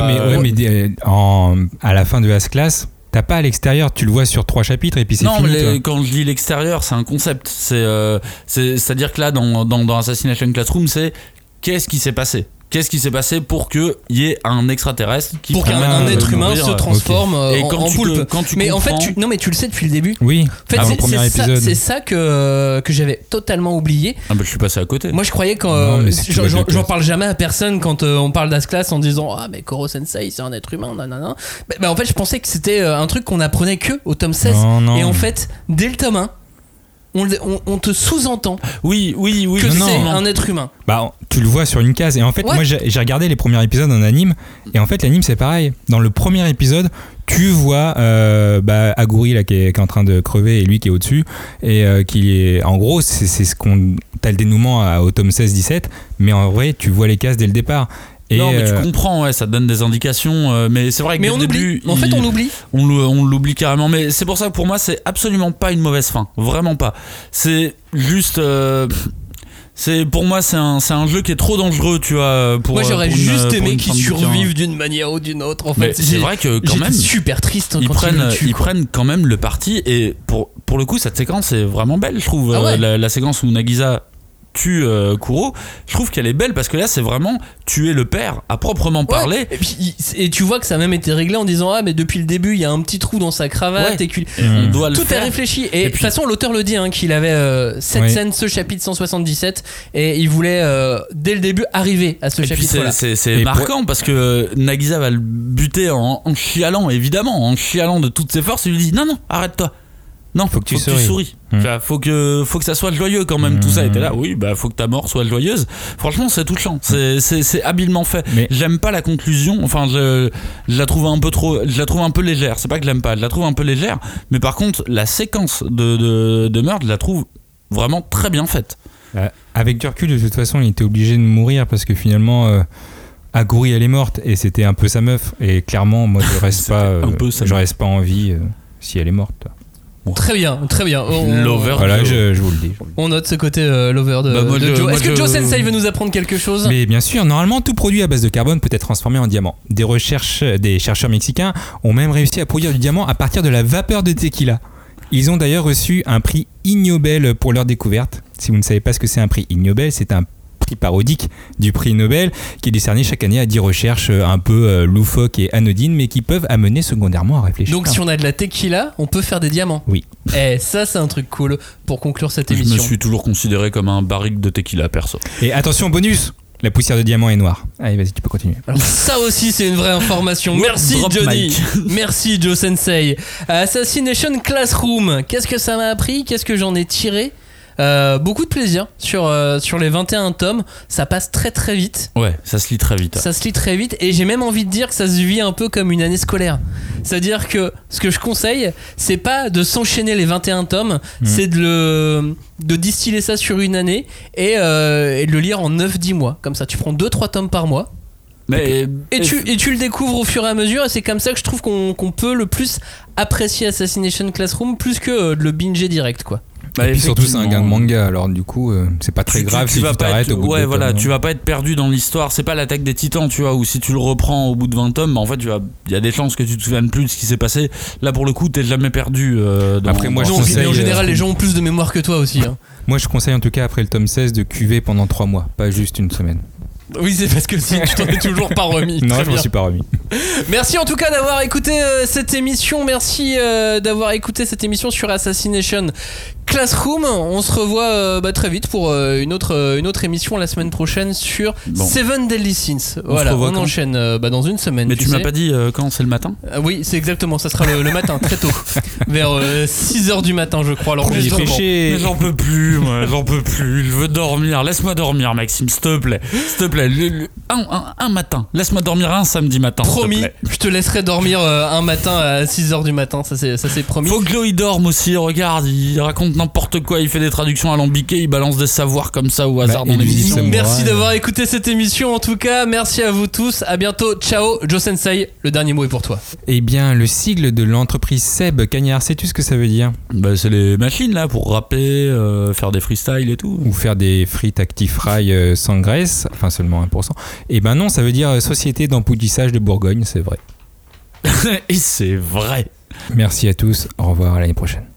à la fin de As-Class, t'as pas à l'extérieur, tu le vois sur 3 chapitres et puis c'est fini. Non, quand je dis l'extérieur, c'est un concept. C'est-à-dire que là, dans Assassination Classroom, c'est qu'est-ce qui s'est passé ? Qu'est-ce qui s'est passé pour qu'il y ait un extraterrestre qui pour qu'un être humain se transforme en poulpe. Mais en fait, tu le sais depuis le début. Oui. En fait, le premier épisode. C'est ça que j'avais totalement oublié. Je suis passé à côté. Moi, je croyais j'en parle jamais à personne quand on parle d'As-Class en disant mais Koro Sensei, c'est un être humain, nanana. Mais en fait, je pensais que c'était un truc qu'on apprenait que au tome 16. Non. Et en fait, dès le tome 1, on te sous-entend que c'est un être humain. Tu le vois sur une case. Et en fait, moi j'ai regardé les premiers épisodes en anime. Et en fait, l'anime c'est pareil. Dans le premier épisode, tu vois Aguri là, qui est en train de crever et lui qui est au-dessus. Et qui est. En gros, c'est ce qu'on. T'as le dénouement au tome 16-17. Mais en vrai, tu vois les cases dès le départ. Non, mais tu comprends, ça te donne des indications. Mais c'est vrai que on oublie. En fait, on oublie. On l'oublie carrément. Mais c'est pour ça que pour moi, c'est absolument pas une mauvaise fin. Vraiment pas. C'est juste. Pour moi, c'est un jeu qui est trop dangereux, tu vois. Moi, j'aurais juste aimé qu'ils survivent d'une manière ou d'une autre. En fait, c'est vrai que quand même, super triste. Ils prennent quand même le parti. Et pour le coup, cette séquence est vraiment belle, je trouve. La séquence où Nagisa tue Kuro, je trouve qu'elle est belle parce que là c'est vraiment tuer le père à proprement parler. Et tu vois que ça a même été réglé en disant mais depuis le début il y a un petit trou dans sa cravate et on doit le tout faire. Est réfléchi et de toute façon l'auteur le dit qu'il avait cette scène, ce chapitre 177 et il voulait dès le début arriver à ce chapitre là. C'est marquant parce que Nagisa va le buter en chialant, évidemment, en chialant de toutes ses forces. Il lui dit non arrête-toi. Non, faut que tu souris. Faut que ça soit joyeux quand même. Tout ça était là. Oui, faut que ta mort soit joyeuse. Franchement, c'est touchant. C'est habilement fait. Mais j'aime pas la conclusion. Enfin, je la trouve un peu trop. Je la trouve un peu légère. C'est pas que je l'aime pas. Je la trouve un peu légère. Mais par contre, la séquence de meurtre, je la trouve vraiment très bien faite. Avec du recul, de toute façon, il était obligé de mourir parce que finalement. Aguri, elle est morte et c'était un peu sa meuf. Et clairement, moi, je reste pas en vie si elle est morte. Très bien. Lover. Voilà, je vous le dis. On note ce côté lover de Joe. Est-ce que Joe Sensei veut nous apprendre quelque chose ? Mais bien sûr, normalement, tout produit à base de carbone peut être transformé en diamant. Des chercheurs mexicains ont même réussi à produire du diamant à partir de la vapeur de tequila. Ils ont d'ailleurs reçu un prix Ig Nobel pour leur découverte. Si vous ne savez pas ce que c'est un prix Ig Nobel, c'est un prix parodique du prix Nobel, qui est décerné chaque année à 10 recherches un peu loufoques et anodines, mais qui peuvent amener secondairement à réfléchir. Donc si on a de la tequila, on peut faire des diamants. Oui. Ça c'est un truc cool pour conclure cette émission. Je me suis toujours considéré comme un barrique de tequila perso. Et attention, bonus, la poussière de diamant est noire. Allez, vas-y, tu peux continuer. Alors ça aussi c'est une vraie information. Merci Drop Johnny. mic. Merci Joe Sensei. Assassination Classroom, qu'est-ce que ça m'a appris? Qu'est-ce que j'en ai tiré? Beaucoup de plaisir sur les 21 tomes. Ça passe très très vite. Ouais, ça se lit très vite. Ça se lit très vite et j'ai même envie de dire que ça se vit un peu comme une année scolaire. C'est-à-dire que ce que je conseille, c'est pas de s'enchaîner les 21 tomes, c'est de distiller ça sur une année et de le lire en 9-10 mois. Comme ça, tu prends 2-3 tomes par mois. Et tu le découvres au fur et à mesure, et c'est comme ça que je trouve qu'on peut le plus apprécier Assassination Classroom plus que de le binger direct, quoi. Et puis surtout c'est un gang manga, alors du coup c'est pas très grave si tu t'arrêtes au bout de 2 tomes. Tu vas pas être perdu dans l'histoire, c'est pas l'attaque des titans, tu vois, ou si tu le reprends au bout de 20 tomes, en fait il y a des chances que tu te souviennes plus de ce qui s'est passé. Là pour le coup t'es jamais perdu. Après moi je conseille, mais en général les gens ont plus de mémoire que toi aussi. Hein. Moi je conseille en tout cas après le tome 16 de cuver pendant 3 mois, pas juste une semaine. Oui, c'est parce que si tu t'en es toujours pas remis. Non, Très je m'en bien. suis pas remis. Merci en tout cas d'avoir écouté cette émission. Merci d'avoir écouté cette émission sur Assassination Classroom. On se revoit très vite pour une autre émission la semaine prochaine sur Seven Deadly Sins. Voilà, on enchaîne dans une semaine. Mais tu m'as pas dit quand c'est le matin? Oui, c'est exactement, ça sera le matin, très tôt. Vers 6h du matin, je crois. Alors, mais j'en peux plus, moi, j'en peux plus. Je veux dormir. Laisse-moi dormir, Maxime, s'il te plaît. S'il te plaît, un matin. Laisse-moi dormir un samedi matin. Promis, je te laisserai dormir un matin à 6h du matin, ça c'est promis. Faut que Glo il dorme aussi, regarde, il raconte n'importe quoi, il fait des traductions alambiquées, il balance des savoirs comme ça au hasard dans l'émission. Merci d'avoir écouté cette émission en tout cas, merci à vous tous, à bientôt, ciao. Joe Sensei, le dernier mot est pour toi. Eh bien, le sigle de l'entreprise Seb Cagnard, sais-tu ce que ça veut dire? C'est les machines là pour rapper, faire des freestyles et tout. Ou faire des frites ActiFry sans graisse, enfin seulement 1%. Eh ben non, ça veut dire société d'empoudissage de Bourgogne, c'est vrai. Et c'est vrai. Merci à tous, au revoir, à l'année prochaine.